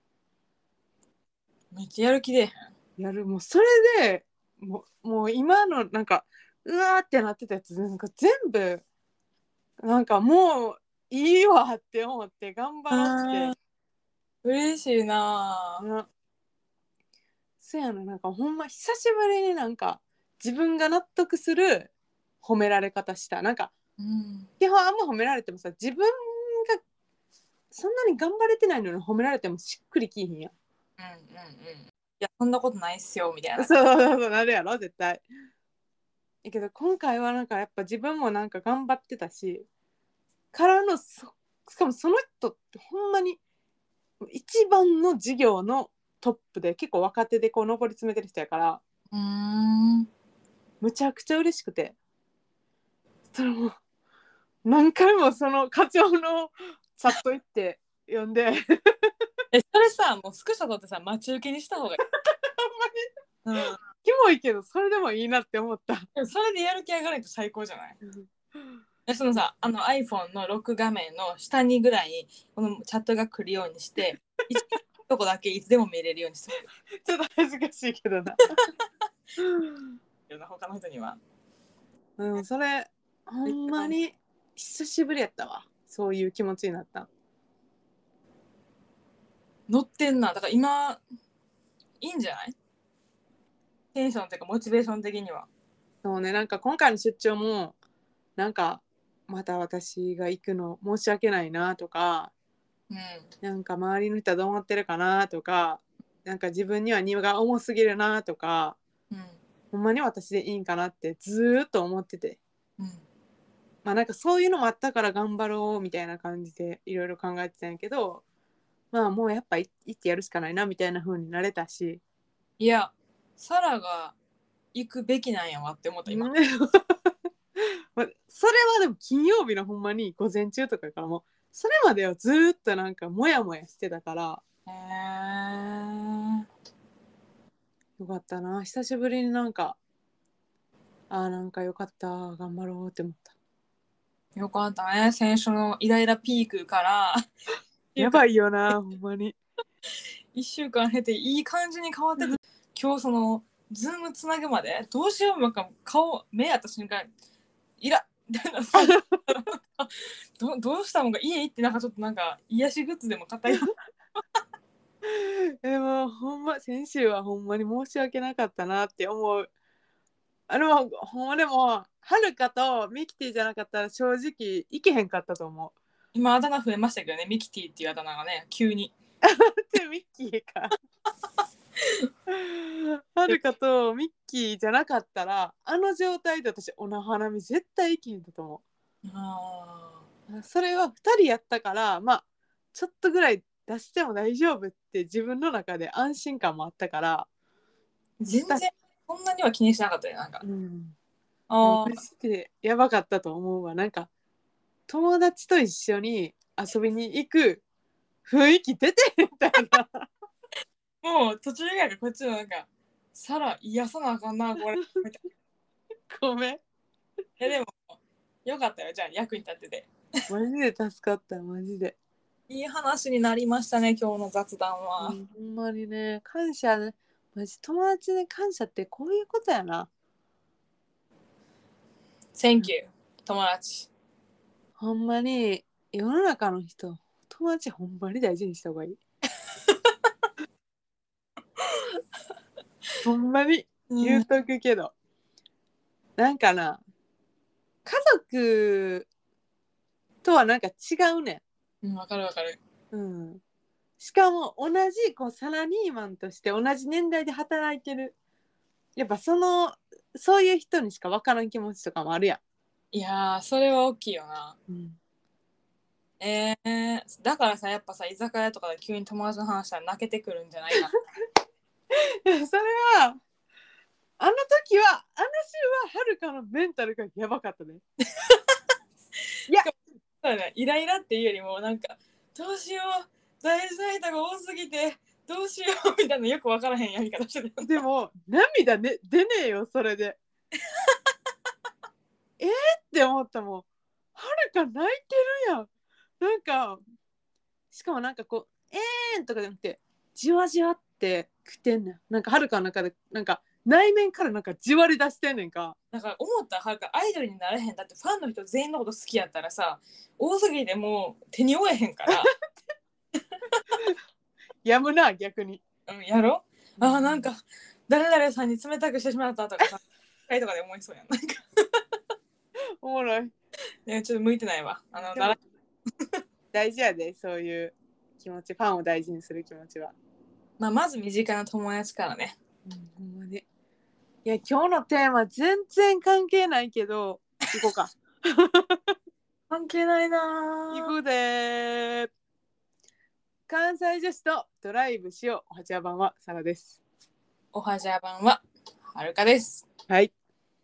[SPEAKER 2] めっちゃやる気で。
[SPEAKER 1] やる、もうそれでもう、もう今のなんかうわーってなってたやつなんか全部なんかもういいわって思って頑張ろうって。
[SPEAKER 2] 嬉しいな。
[SPEAKER 1] な、そやな、なんかほんま久しぶりになんか自分が納得する褒められ方した。なんか
[SPEAKER 2] うん、
[SPEAKER 1] 基本あんま褒められてもさ、自分がそんなに頑張れてないのに褒められてもしっくりきいひんやん。
[SPEAKER 2] うん、うん、うん。いやそんなことないっすよみたいな。
[SPEAKER 1] そうそうそうなるやろ絶対。やけど今回はなんかやっぱ自分もなんか頑張ってたし、からのそしかもその人ってほんまに一番の事業のトップで結構若手でこう上り詰めてる人やから、
[SPEAKER 2] うーん。
[SPEAKER 1] むちゃくちゃ嬉しくて、それも何回もその課長のチャット行って読んで
[SPEAKER 2] えそれさもうスクショ撮ってさ待ち受けにした方がいい。うん、
[SPEAKER 1] キモいけどそれでもいいなって思った。
[SPEAKER 2] でもそれでやる気上がないと最高じゃない？えそのさあの iPhone のロック画面の下にぐらいこのチャットが来るようにして一とこだけいつでも見れるようにして
[SPEAKER 1] ちょっと恥ずかしいけどな
[SPEAKER 2] る他の人には。
[SPEAKER 1] うん、それほんまに久しぶりやったわ、そういう気持ちになった。
[SPEAKER 2] 乗ってんな。だから今いいんじゃない？テンションっていうかモチベーション的には。
[SPEAKER 1] そうね、なんか今回の出張もなんかまた私が行くの申し訳ないなとか、
[SPEAKER 2] うん、
[SPEAKER 1] なんか周りの人はどう思ってるかなとか、なんか自分には荷が重すぎるなとか、
[SPEAKER 2] うん、
[SPEAKER 1] ほんまに私でいいんかなってずーっと思ってて、
[SPEAKER 2] うん。
[SPEAKER 1] まあなんかそういうのもあったから頑張ろうみたいな感じでいろいろ考えてたんやけど、まあもうやっぱ行ってやるしかないなみたいな風になれたし、
[SPEAKER 2] いやサラが行くべきなんやわって思った今。
[SPEAKER 1] まあそれはでも金曜日のほんまに午前中とかからもうそれまではずーっとなんかモヤモヤしてたから、
[SPEAKER 2] へー
[SPEAKER 1] よかったな、久しぶりになんか、あーなんかよかった、頑張ろうって思った。
[SPEAKER 2] よかったね。先週のイライラピークから
[SPEAKER 1] やばいよな、ほんまに。
[SPEAKER 2] いっしゅうかん経ていい感じに変わってて、今日そのズームつなぐまでどうしよう、なんか顔目やった瞬間イラみたいなどどうしたのか、家行ってなんかちょっとなんか癒しグッズでも買ったよ。
[SPEAKER 1] でもほんま先週はほんまに申し訳なかったなって思う。あのほんまでもはるかとミキティじゃなかったら正直いけへんかったと思う。
[SPEAKER 2] 今あだ名増えましたけどね、ミキティっていうあだ名がね、急に。
[SPEAKER 1] ってミッキーか。はるかとミッキーじゃなかったらあの状態で私おな花見絶対いけへんだと思
[SPEAKER 2] あ
[SPEAKER 1] う。それはふたりやったからまあちょっとぐらい出しても大丈夫って自分の中で安心感もあったから、
[SPEAKER 2] 全然そんなには気にしなかったよ、なんか。
[SPEAKER 1] うん、
[SPEAKER 2] あ
[SPEAKER 1] マジでやばかったと思うわ。なんか友達と一緒に遊びに行く雰囲気出てへんみたいな。
[SPEAKER 2] もう途中以外がこっちのなんか、サラ癒さなあかんな、これ。みたい
[SPEAKER 1] ごめん。
[SPEAKER 2] な。え、でも、よかったよ、じゃあ役に立ってて。
[SPEAKER 1] マジで助かったマジで。
[SPEAKER 2] いい話になりましたね、今日の雑談は。
[SPEAKER 1] うん、ほんまにね感謝ね。マジ友達に感謝ってこういうことやな。
[SPEAKER 2] Thank you、友達。
[SPEAKER 1] ほんまに世の中の人友達ほんまに大事にした方がいい。ほんまに言うとくけど、うん、なんかな家族とはなんか違うね
[SPEAKER 2] ん。うん、わかるわかる。
[SPEAKER 1] ん。うん。しかも同じこうサラリーマンとして同じ年代で働いてる。やっぱそのそういう人にしか分からん気持ちとかもあるや
[SPEAKER 2] いやー、それは大きいよな。
[SPEAKER 1] ん。うん、
[SPEAKER 2] えー、だからさ、やっぱさ、居酒屋とかで急に友達の話したら泣けてくるんじゃないかな。
[SPEAKER 1] それはあの時はあの週ははるかのメンタルがやばかったね。いや
[SPEAKER 2] そうだね、イライラっていうよりもなんか、どうしよう、大事な人が多すぎてどうしようみたいな、よくわからへんやり方してた。
[SPEAKER 1] でも涙、ね、出ねえよそれで。えーって思ったもん。はるか泣いてるやん。なんかしかもなんかこうえーんとかじゃなくてじわじわってくてんねん。なんかはるかの中でなんか内面からなんかじわり出してんねんか。
[SPEAKER 2] だから思ったらはるかアイドルになれへん。だってファンの人全員のこと好きやったらさ、多すぎてもう手に負えへんから。
[SPEAKER 1] やむな逆に。
[SPEAKER 2] うん、やろ、あーなんか誰々さんに冷たくしてしまったとかさ、会とかで思いそうやん。なんか
[SPEAKER 1] おもろい。
[SPEAKER 2] ね、ちょっと向いてないわ。あのなら
[SPEAKER 1] 大事やでそういう気持ち、ファンを大事にする気持ちは。
[SPEAKER 2] まあ、まず身近な友達からね。
[SPEAKER 1] うん、ほんまに。いや今日のテーマ全然関係ないけど行こうか。
[SPEAKER 2] 関係ないな
[SPEAKER 1] 行くで。関西女子とドライブしよう。おはちゃ版はサラです。
[SPEAKER 2] おはじゃ版ははるかです。
[SPEAKER 1] はい。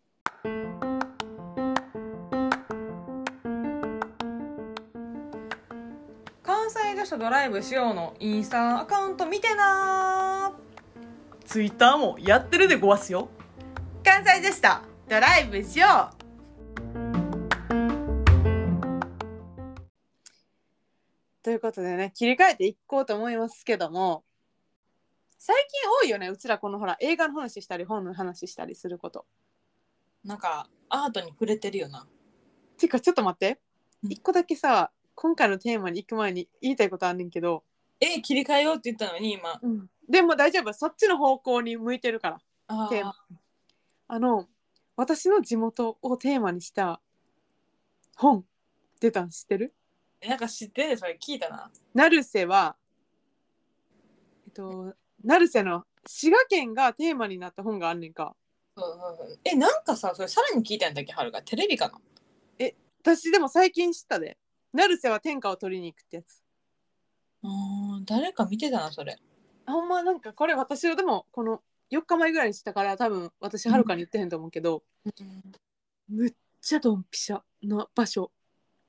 [SPEAKER 2] 関西女子とドライブしようのインスタアカウント見てな。
[SPEAKER 1] ツイッターもやってるでごわすよ。関西女子とドライブしよう。ということでね、切り替えていこうと思いますけども、最近多いよね、うちらこのほら映画の話したり本の話したりすること。
[SPEAKER 2] なんかアートに触れてるよな。
[SPEAKER 1] てかちょっと待って、
[SPEAKER 2] うん
[SPEAKER 1] 一個だけさ今回のテーマに行く前に言いたいことあんねんけど。
[SPEAKER 2] え切り替えようって言ったのに今、
[SPEAKER 1] うん、でも大丈夫、そっちの方向に向いてるから。
[SPEAKER 2] あ
[SPEAKER 1] テーマ、あの私の地元をテーマにした本出たん知ってる？
[SPEAKER 2] なんか知ってる、それ聞いたな。
[SPEAKER 1] 成瀬はえっと成瀬の滋賀県がテーマになった本があんねんか。
[SPEAKER 2] そうそうそう。えなんかさ、それさらに聞いたんだっけ、はるかテレビかな。
[SPEAKER 1] え私でも最近知ったで。成瀬は天下を取りに行くってやつ。
[SPEAKER 2] うーん、誰か見てたなそれ。
[SPEAKER 1] ほんまなんかこれ私はでもこのよっかまえぐらいにしたから多分私はるかに言ってへんと思うけど、
[SPEAKER 2] うん、
[SPEAKER 1] むっちゃドンピシャな場所。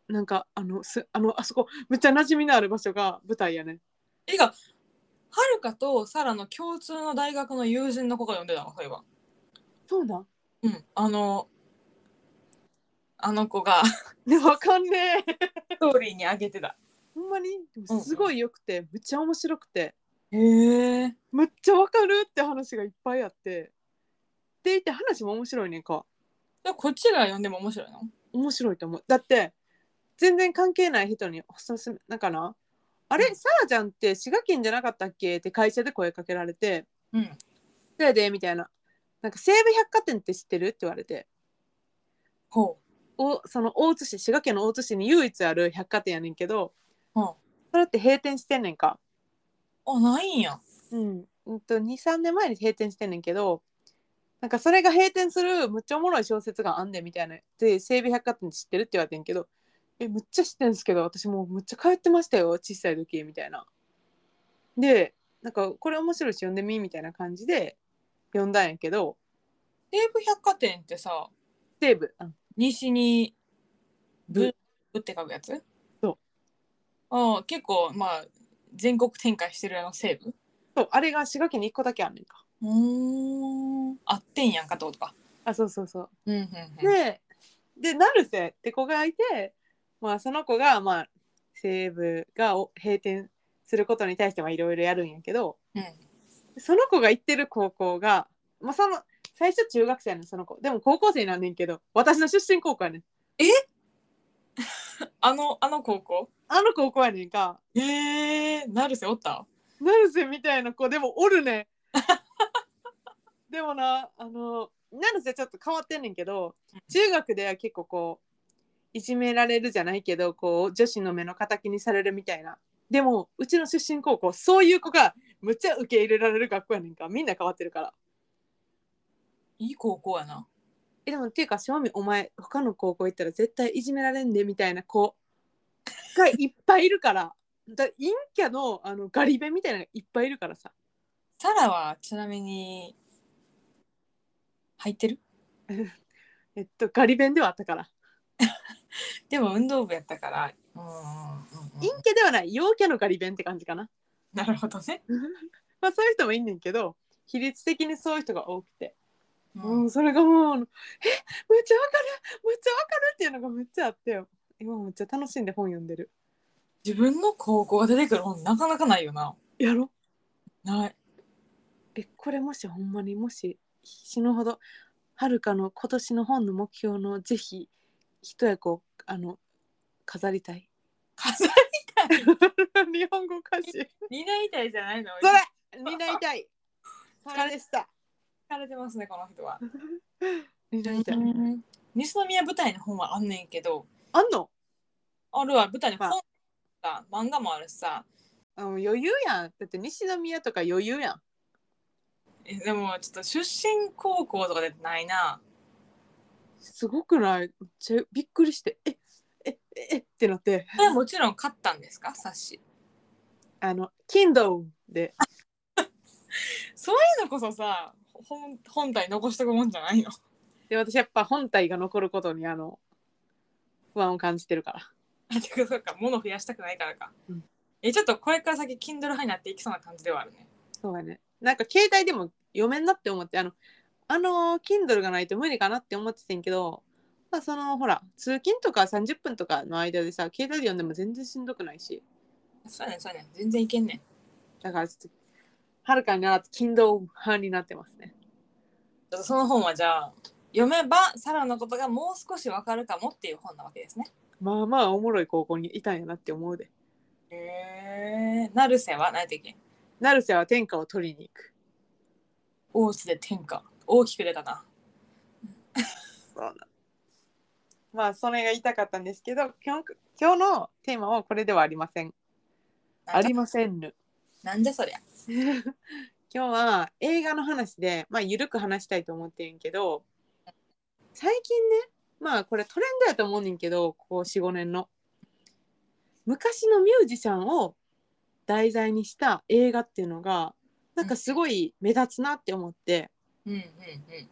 [SPEAKER 1] なんかあのすあのあそこめっちゃ馴染みのある場所が舞台やね。
[SPEAKER 2] えが、はるかとサラの共通の大学の友人の子が読んでたわ、そういえば。
[SPEAKER 1] そうなん
[SPEAKER 2] うん、あの、あの子が
[SPEAKER 1] ね、わかんねえ。
[SPEAKER 2] ストーリーにあげてた。
[SPEAKER 1] ほんまにでも
[SPEAKER 2] うん
[SPEAKER 1] すごいよくて、めっちゃ面白くて、
[SPEAKER 2] うん、へえ。
[SPEAKER 1] めっちゃわかるって話がいっぱいあって、でいて話も面白いねんか。
[SPEAKER 2] こっちが読んでも面白いの？
[SPEAKER 1] 面白いと思う。だって全然関係ない人におすすめなんかな、あれ、
[SPEAKER 2] うん
[SPEAKER 1] サラちゃんって滋賀県じゃなかったっけって会社で声かけられて、
[SPEAKER 2] うん。
[SPEAKER 1] それでみたいな、なんか西武百貨店って知ってるって言われて、
[SPEAKER 2] ほ
[SPEAKER 1] おその大津市、滋賀県の大津市に唯一ある百貨店やねんけど、
[SPEAKER 2] う。は
[SPEAKER 1] それって閉店してんねんか。
[SPEAKER 2] あ、あ、ないんや。
[SPEAKER 1] うん、うんとにさんねんまえに閉店してんねんけど、なんかそれが閉店するむっちゃおもろい小説があんでみたいなで、西武百貨店知ってるって言われてんけど、えむっちゃ知ってんすけど私もうむっちゃ通ってましたよ小さい時みたいな。でなんかこれ面白いし読んでみみたいな感じで読んだんやけど、
[SPEAKER 2] 西武百貨店ってさ、
[SPEAKER 1] 西武、あ
[SPEAKER 2] 西に
[SPEAKER 1] 部、
[SPEAKER 2] ブブって書くやつ？
[SPEAKER 1] そう
[SPEAKER 2] ああ、結構まあ全国展開してるあの西武。
[SPEAKER 1] そう、あれが滋賀県にいっこだけあんねんか。
[SPEAKER 2] うーん、あってんやんかってことか。
[SPEAKER 1] あ、そうそうそう。
[SPEAKER 2] うんうんうん。
[SPEAKER 1] でで成瀬って子がいて、まあその子がまあ西武がお閉店することに対してはいろいろやるんやけど、
[SPEAKER 2] うん。
[SPEAKER 1] その子が行ってる高校が、まあ、その最初中学生やねんその子。でも高校生なんねんけど、私の出身高校やねん。
[SPEAKER 2] えあの、あの高校？
[SPEAKER 1] あの高校やねんか。
[SPEAKER 2] ええー、成瀬おった？
[SPEAKER 1] 成瀬みたいな子でもおるねん。でもな、あの成瀬ちょっと変わってんねんけど、中学では結構こういじめられるじゃないけど、こう女子の目の敵にされるみたいな。でもうちの出身高校そういう子がむっちゃ受け入れられる学校やねんか。みんな変わってるから。
[SPEAKER 2] いい高校やな。
[SPEAKER 1] えでもっていうか正味お前他の高校行ったら絶対いじめられんでみたいな子がいっぱいいるから、だ陰キャのあのガリ勉みたいなのがいっぱいいるからさ。
[SPEAKER 2] サラはちなみに入ってる？
[SPEAKER 1] えっとガリ勉ではあったから。
[SPEAKER 2] でも運動部やったから。うんうんうんうん。
[SPEAKER 1] 陰キャではない陽キャのガリ勉って感じかな。
[SPEAKER 2] なるほどね。
[SPEAKER 1] まあそういう人もいんねんけど、比率的にそういう人が多くて、
[SPEAKER 2] う
[SPEAKER 1] うん、それがもうえめっちゃわかるめっちゃわかるっていうのがめっちゃあって今めっちゃ楽しんで本読んでる。
[SPEAKER 2] 自分の高校が出てくる本なかなかないよな。
[SPEAKER 1] やろ
[SPEAKER 2] ない。
[SPEAKER 1] えこれもしほんまにもし死ぬほどはるかの今年の本の目標のぜひ一役をあの飾りたい。
[SPEAKER 2] 飾りたい。
[SPEAKER 1] 日本語歌詞
[SPEAKER 2] 担いたいじゃないの？
[SPEAKER 1] それ担いたい。それでした。
[SPEAKER 2] 疲れてますねこの人は。
[SPEAKER 1] 担いたい。
[SPEAKER 2] 西宮舞台の本はあんねんけど、
[SPEAKER 1] あんの
[SPEAKER 2] あるわ、舞台に
[SPEAKER 1] ま
[SPEAKER 2] 本さ、漫画もあるしさ。
[SPEAKER 1] あ余裕やん。だって西宮とか余裕やん。
[SPEAKER 2] えでもちょっと出身高校とかでないな。
[SPEAKER 1] すごくない？めっちゃびっくりしてえええってなって、
[SPEAKER 2] それはもちろん買ったんですか、冊子？
[SPEAKER 1] あの Kindle で。
[SPEAKER 2] そういうのこそさ、本本体残しとくもんじゃないの？
[SPEAKER 1] で私やっぱ本体が残ることにあの不安を感じてるから。
[SPEAKER 2] あ、てかそうか、物増やしたくないからか。
[SPEAKER 1] うん、
[SPEAKER 2] え、ちょっとこれから先 Kindle 派になっていきそうな感じではあるね。
[SPEAKER 1] そうやね。なんか携帯でも読めんなって思って、あのあの Kindle がないと無理かなって思っててんけど、まあそのほら通勤とかさんじゅっぷんとかの間でさ携帯で読んでも全然しんどくないし、
[SPEAKER 2] そうやねん、そうやねん。全然いけんねん。
[SPEAKER 1] だからちょっとはるかに習って Kindle 派になってますね。
[SPEAKER 2] ちょっとその本はじゃあ、読めばサラのことがもう少しわかるかもっていう本なわけですね。
[SPEAKER 1] まあまあおもろい高校にいたんやなって思うで。
[SPEAKER 2] へえ。成瀬は何やったっけ？
[SPEAKER 1] 成瀬は天下を取りに行く。
[SPEAKER 2] 大津で天下。大きく出たな。
[SPEAKER 1] そうだ。まあそれが言いたかったんですけど、今日、今日のテーマはこれではありません。ありませんぬ。
[SPEAKER 2] なんじゃそりゃ。
[SPEAKER 1] 今日は映画の話で、まあ、ゆるく話したいと思ってんけど、最近ね、まあこれトレンドやと思うねんけど、ここよん、ごねんの昔のミュージシャンを題材にした映画っていうのがなんかすごい目立つなって思って、
[SPEAKER 2] うんうんうんうん。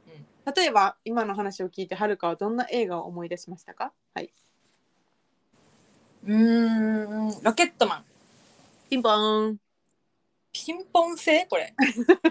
[SPEAKER 1] 例えば今の話を聞いてはるかはどんな映画を思い出しましたか？はい。
[SPEAKER 2] うーん、ロケットマン。
[SPEAKER 1] ピンポーン。
[SPEAKER 2] ピンポン製これ。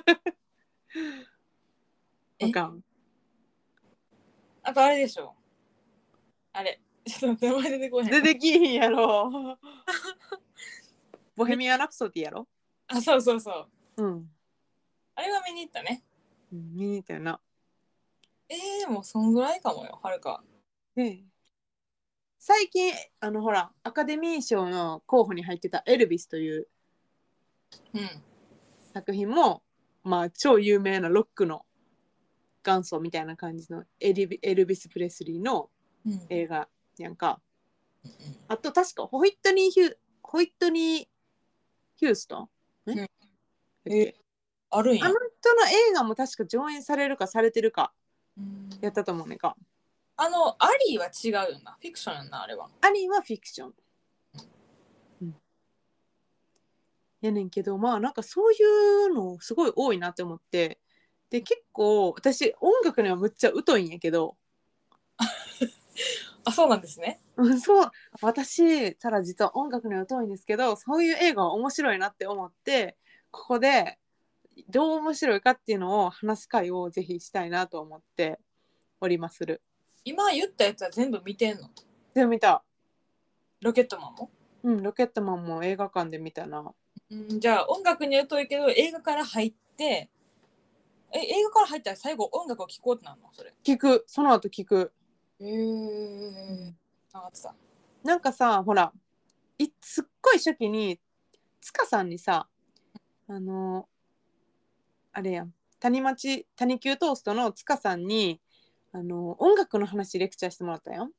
[SPEAKER 2] え、
[SPEAKER 1] わかん。
[SPEAKER 2] あとあれでしょ。あれ。ちょっと名前出てこへん。
[SPEAKER 1] 出てきひんやろ。ボヘ
[SPEAKER 2] み
[SPEAKER 1] ミアン・ラプソディやろ。
[SPEAKER 2] あ、そうそうそう。
[SPEAKER 1] うん。
[SPEAKER 2] あれは見に行ったね。
[SPEAKER 1] うん、見に行ったよな。
[SPEAKER 2] えー、でもそんぐらいかもよ、はるか。
[SPEAKER 1] で、最近、あのほら、アカデミー賞の候補に入ってたエルビスという
[SPEAKER 2] うん。
[SPEAKER 1] 作品も、まあ、超有名なロックの元祖みたいな感じのエリビエルビス・プレスリーの
[SPEAKER 2] うん。
[SPEAKER 1] 映画やんか。あと、確かホイットニー・ヒュー、ホイットニー・ヒューストン、え、
[SPEAKER 2] うん。
[SPEAKER 1] だっ
[SPEAKER 2] えー、
[SPEAKER 1] け、
[SPEAKER 2] あるんや。
[SPEAKER 1] あの人の映画も確か上映されるかされてるか
[SPEAKER 2] うん、
[SPEAKER 1] やったと思うねんか。
[SPEAKER 2] あの、アリーは違うよな。フィクションやんな、あれは。
[SPEAKER 1] アリーはフィクション。うん。やねんけど、まあなんかそういうのすごい多いなって思って、で結構私音楽にはむっちゃ疎いんやけど、
[SPEAKER 2] あ、そうなんですね。
[SPEAKER 1] うん、そう、私ただ実は音楽には疎いんですけど、そういう映画は面白いなって思って、ここでどう面白いかっていうのを話す会をぜひしたいなと思っておりまする。
[SPEAKER 2] 今言ったやつは全部見てんの？
[SPEAKER 1] でも見た。
[SPEAKER 2] ロケットマンも？
[SPEAKER 1] うん、ロケットマンも映画館で見たな。
[SPEAKER 2] うん、じゃあ音楽には遠いけど映画から入って、え、映画から入ったら最後音楽を聴こうってなるのそれ？
[SPEAKER 1] 聞く、その後聞く。
[SPEAKER 2] へえ。あってた。
[SPEAKER 1] なんかさ、ほら、いすっごい初期に塚さんにさ、あのあれやん、谷町谷急トーストの塚さんにあの音楽の話レクチャーしてもらったよ。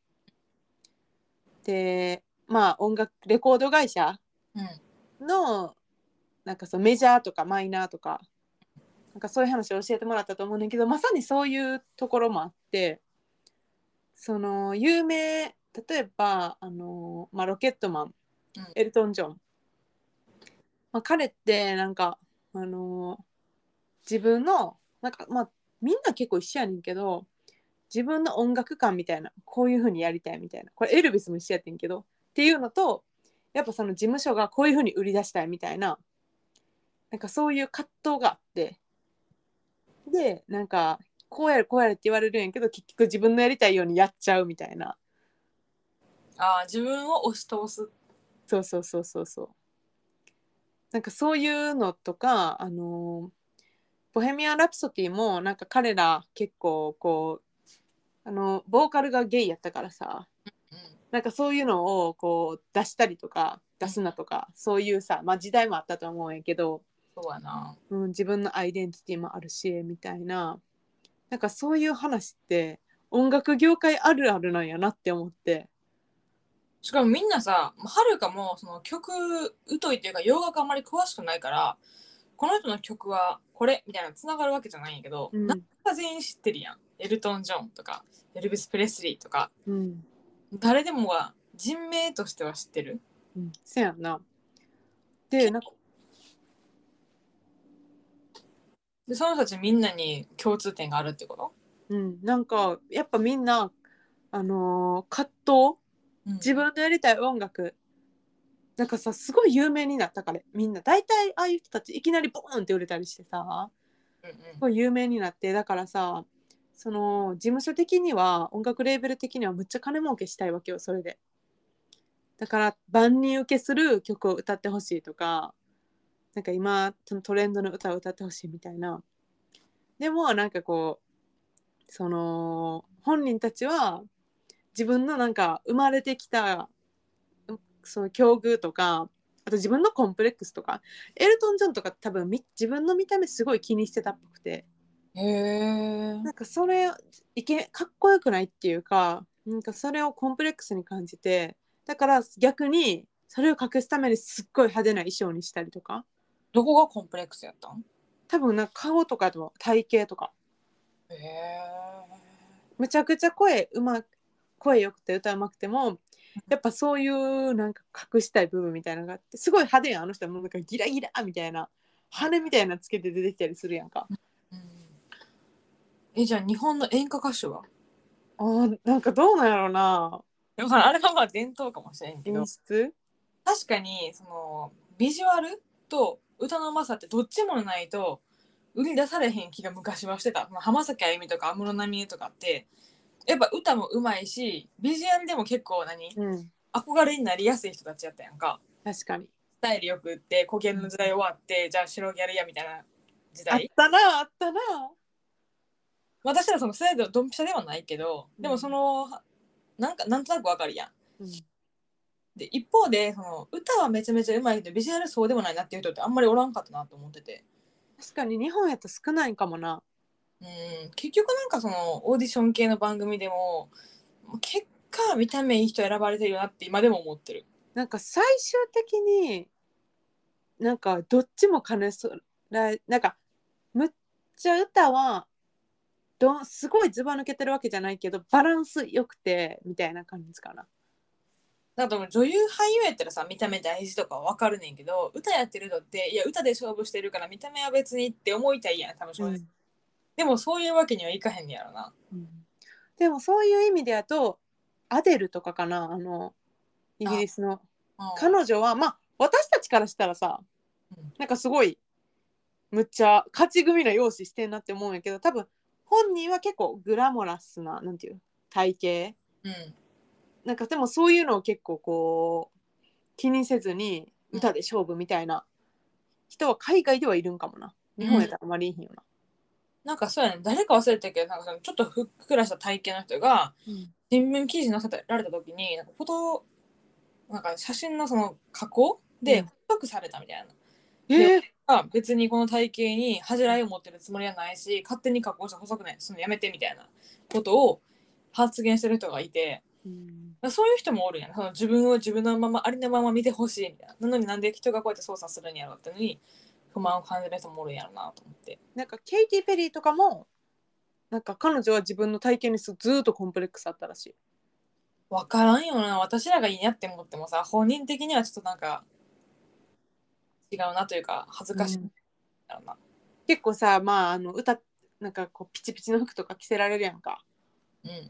[SPEAKER 1] で、まあ音楽レコード会社
[SPEAKER 2] うん。
[SPEAKER 1] のなんかそうメジャーとかマイナーとか、なんかそういう話を教えてもらったと思うねんだけど、まさにそういうところもあって、その有名、例えばあの、まあ、ロケットマン、
[SPEAKER 2] うん。
[SPEAKER 1] エルトン・ジョン、まあ、彼ってなんかあの自分のなんかまあみんな結構一緒やねんけど、自分の音楽感みたいな、こういう風にやりたいみたいな、これエルビスも一緒やってんけどっていうのと、やっぱその事務所がこういう風に売り出したいみたいな、なんかそういう葛藤があって、でなんかこうやるこうやるって言われるんやけど、結局自分のやりたいようにやっちゃうみたいな。
[SPEAKER 2] ああ、自分を押し通す。
[SPEAKER 1] そうそうそうそうそう。なんかそういうのとか、あのボヘミアン・ラプソディもなんか彼ら結構こう、あのボーカルがゲイやったからさ、
[SPEAKER 2] うん。
[SPEAKER 1] なんかそういうのをこう出したりとか
[SPEAKER 2] うん。
[SPEAKER 1] 出すなとか、そういうさ、まあ時代もあったと思うんやけど、
[SPEAKER 2] そうやな。
[SPEAKER 1] うん、自分のアイデンティティもあるしみたいな、なんかそういう話って音楽業界あるあるなんやなって思って。
[SPEAKER 2] しかもみんなさ、はるかもその曲疎いっていうか洋楽あんまり詳しくないから、この人の曲はこれみたいなつながるわけじゃないんやけど、なん
[SPEAKER 1] うん、
[SPEAKER 2] か全員知ってるやん。エルトン・ジョンとかエルビス・プレスリーとか、
[SPEAKER 1] うん、
[SPEAKER 2] 誰でもが人名としては知ってる。
[SPEAKER 1] うん、せやんな。でなんか、
[SPEAKER 2] でその人たちみんなに共通点があるってこと？
[SPEAKER 1] うん、なんかやっぱみんなあのー葛藤、
[SPEAKER 2] うん。
[SPEAKER 1] 自分のやりたい音楽、なんかさ、すごい有名になったから、みんな大体ああいう人たちいきなりボーンって売れたりしてさ、
[SPEAKER 2] うんうん。
[SPEAKER 1] すごい有名になって、だからさ、その事務所的には、音楽レーベル的にはむっちゃ金儲けしたいわけよ、それで。だから万人受けする曲を歌ってほしいとか、なんか今そのトレンドの歌を歌ってほしいみたいな。でもなんかこう、その本人たちは自分のなんか生まれてきたその境遇とか、あと自分のコンプレックスとか、エルトン・ジョンとか多分自分の見た目すごい気にしてたっぽくて、
[SPEAKER 2] へえ。
[SPEAKER 1] なんかそれいけかっこよくないっていうか、なんかそれをコンプレックスに感じて、だから逆にそれを隠すためにすっごい派手な衣装にしたりとか、
[SPEAKER 2] どこがコンプレックスやったん？
[SPEAKER 1] 多分なんか顔とかと体型とか、
[SPEAKER 2] へえ。
[SPEAKER 1] むちゃくちゃ声うま声よくて歌うまくても、やっぱそういうなんか隠したい部分みたいなのがあって、すごい派手やん、あの人はもうなんかギラギラみたいな羽みたいなつけて出てきたりするやんか。
[SPEAKER 2] うん。え、じゃあ日本の演歌歌手は？
[SPEAKER 1] あー、なんかどうなんやろうな。
[SPEAKER 2] だからあれはまあ伝統かもしれんけど、
[SPEAKER 1] 演出。
[SPEAKER 2] 確かにそのビジュアルと歌のうまさってどっちもないと売り出されへん気が昔はしてた。まあ浜崎あゆみとか安室奈美恵とかってやっぱ歌もうまいしビジュアルでも結構何
[SPEAKER 1] うん。
[SPEAKER 2] 憧れになりやすい人たちやったやんか。
[SPEAKER 1] 確かに。
[SPEAKER 2] スタイルよくって固形の時代終わって、じゃあ白ギャルやみたいな時
[SPEAKER 1] あっ
[SPEAKER 2] 代。
[SPEAKER 1] たな、あったな。
[SPEAKER 2] 私はその世代のドンピシャではないけど、でもそのなんかなんとなくわかるやん。
[SPEAKER 1] うん。
[SPEAKER 2] で一方でその歌はめちゃめちゃうまいけどビジュアルそうでもないなっていう人ってあんまりおらんかったなと思ってて、
[SPEAKER 1] 確かに日本やと少ないんかもな。
[SPEAKER 2] うん結局なんかそのオーディション系の番組でも結果見た目いい人選ばれてるよなって今でも思ってる。
[SPEAKER 1] なんか最終的になんかどっちも兼ねそらなんかむっちゃ歌はどすごいずば抜けてるわけじゃないけどバランスよくてみたいな感じかな。
[SPEAKER 2] だから女優俳優やったらさ見た目大事とかわかるねんけど、歌やってる人っていや歌で勝負してるから見た目は別にって思いたいやん多分正直、
[SPEAKER 1] うん、
[SPEAKER 2] でもそういうわけにはいかへんねやろな。
[SPEAKER 1] うん、でもそういう意味でやとアデルとかかな、あのイギリスの
[SPEAKER 2] あ、
[SPEAKER 1] 彼女はまあ私たちからしたらさ
[SPEAKER 2] うん、
[SPEAKER 1] なんかすごいむっちゃ勝ち組な容姿してんなって思うんやけど、多分本人は結構グラモラスななんていう体型
[SPEAKER 2] うん、
[SPEAKER 1] なんかでもそういうのを結構こう気にせずに歌で勝負みたいな人は海外ではいるんかもな。日本やったらあまりいいんよな。
[SPEAKER 2] なんかそうやね、誰か忘れたけど、なんかそのちょっとふっくらした体型の人が
[SPEAKER 1] うん、
[SPEAKER 2] 新聞記事に載せられた時に、なんかフォト、なんか写真のその加工で
[SPEAKER 1] うん、
[SPEAKER 2] 太くされたみたいな。で、
[SPEAKER 1] えー、
[SPEAKER 2] 別にこの体型に恥じらいを持ってるつもりはないし、勝手に加工して細くない、そのやめてみたいなことを発言してる人がいて、
[SPEAKER 1] うん、
[SPEAKER 2] そういう人もおるやん。その自分を自分のままありのまま見てほしいみたいな。なのになんで人がこうやって操作するんやろってのに不満を感じる人もおるんやろなと思って。
[SPEAKER 1] なんかケイティ・ペリーとかもなんか彼女は自分の体型にずーっとコンプレックスあったらしい。
[SPEAKER 2] わからんよな。私らがいいなって思ってもさ、本人的にはちょっとなんか違うなというか、恥ずかしいん
[SPEAKER 1] うん、
[SPEAKER 2] だろうな。
[SPEAKER 1] 結構さまああの歌なんかこうピチピチの服とか着せられるやんか。
[SPEAKER 2] うんうんうん。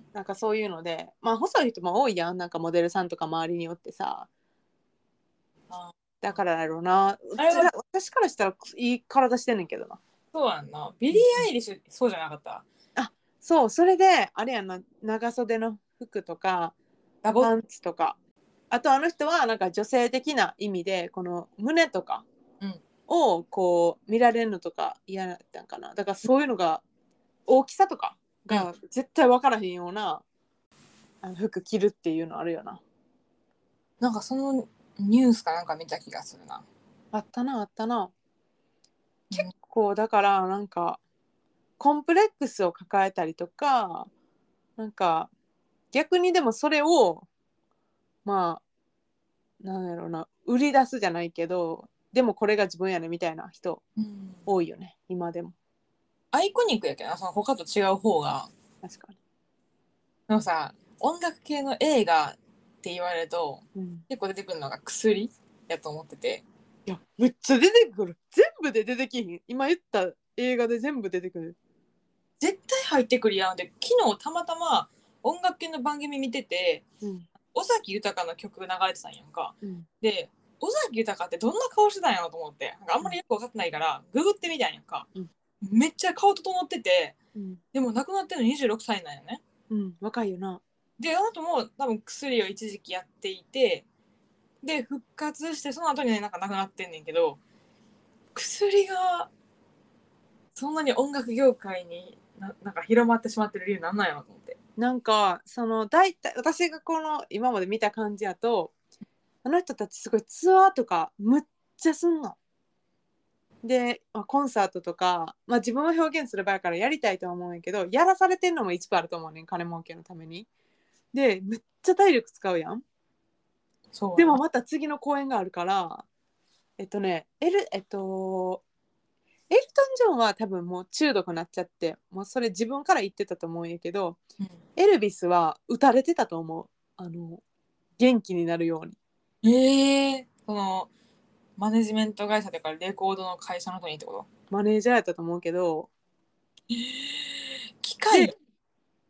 [SPEAKER 1] なんかそういうのでまあ細い人も多いやん、なんかモデルさんとか周りによってさ。
[SPEAKER 2] あ
[SPEAKER 1] だからだろうな、う
[SPEAKER 2] あれは
[SPEAKER 1] ちら私からしたらいい体してんねんけどな。
[SPEAKER 2] そうやんな。ビリー・アイリッシュ、そうじゃなかった。
[SPEAKER 1] あ、そうそれであれやな、長袖の服とか
[SPEAKER 2] ダボっ、
[SPEAKER 1] パンツとか、あとあの人はなんか女性的な意味でこの胸とか
[SPEAKER 2] うん。
[SPEAKER 1] をこう見られるのとか嫌だったんかな。だからそういうのが大きさとか
[SPEAKER 2] うん。
[SPEAKER 1] が絶対分からへんようなあの服着るっていうのあるよな。
[SPEAKER 2] なんかそのニュースかなんか見た気がするな。
[SPEAKER 1] あったなあったな。結
[SPEAKER 2] うん。
[SPEAKER 1] 構だからなんかコンプレックスを抱えたりとかなんか逆にでもそれをまあなんやろうな売り出すじゃないけどでもこれが自分やねみたいな人
[SPEAKER 2] うん、
[SPEAKER 1] 多いよね今でも。
[SPEAKER 2] アイコニックやけどな、その他と違う方が。
[SPEAKER 1] 確かに。
[SPEAKER 2] でもさ、音楽系の映画って言われると、
[SPEAKER 1] うん、
[SPEAKER 2] 結構出てくるのが薬やと思ってて。
[SPEAKER 1] いやめっちゃ出てくる、全部で出てきひん、今言った映画で全部出てくる。
[SPEAKER 2] 絶対入ってくるやん。で、昨日たまたま音楽系の番組見てて、
[SPEAKER 1] うん
[SPEAKER 2] 尾崎豊の曲流れてたんやんか。
[SPEAKER 1] うん
[SPEAKER 2] で、尾崎豊ってどんな顔してたんやろと思って、なんかあんまりよく分かってないから、ググってみたんやんか。
[SPEAKER 1] うん
[SPEAKER 2] めっちゃ顔整ってて、
[SPEAKER 1] うん
[SPEAKER 2] でも亡くなってるのにじゅうろくさいなんよね。
[SPEAKER 1] うん、若いよな。
[SPEAKER 2] で、あの後も多分薬を一時期やっていて、で、復活して、その後にね、なんか亡くなってんねんけど、薬がそんなに音楽業界にななんか広まってしまってる理由なんなんやろと思って。
[SPEAKER 1] なんかその大体私がこの今まで見た感じやとあの人たちすごいツアーとかむっちゃすんの。で、まあ、コンサートとか、まあ、自分を表現する場合からやりたいとは思うんやけどやらされてんのも一部あると思うねん、金儲けのために。でめっちゃ体力使うやん。
[SPEAKER 2] そうやな。
[SPEAKER 1] でもまた次の公演があるからえっとねエルえっとエルトン・ジョンは多分もう中毒になっちゃってもうそれ自分から言ってたと思うんやけど
[SPEAKER 2] うん、
[SPEAKER 1] エルビスは打たれてたと思う、あの元気になるように。
[SPEAKER 2] ええー、そのマネジメント会社とかレコードの会社の人にってこと？
[SPEAKER 1] マネージャーやったと思うけど、
[SPEAKER 2] 機械。
[SPEAKER 1] で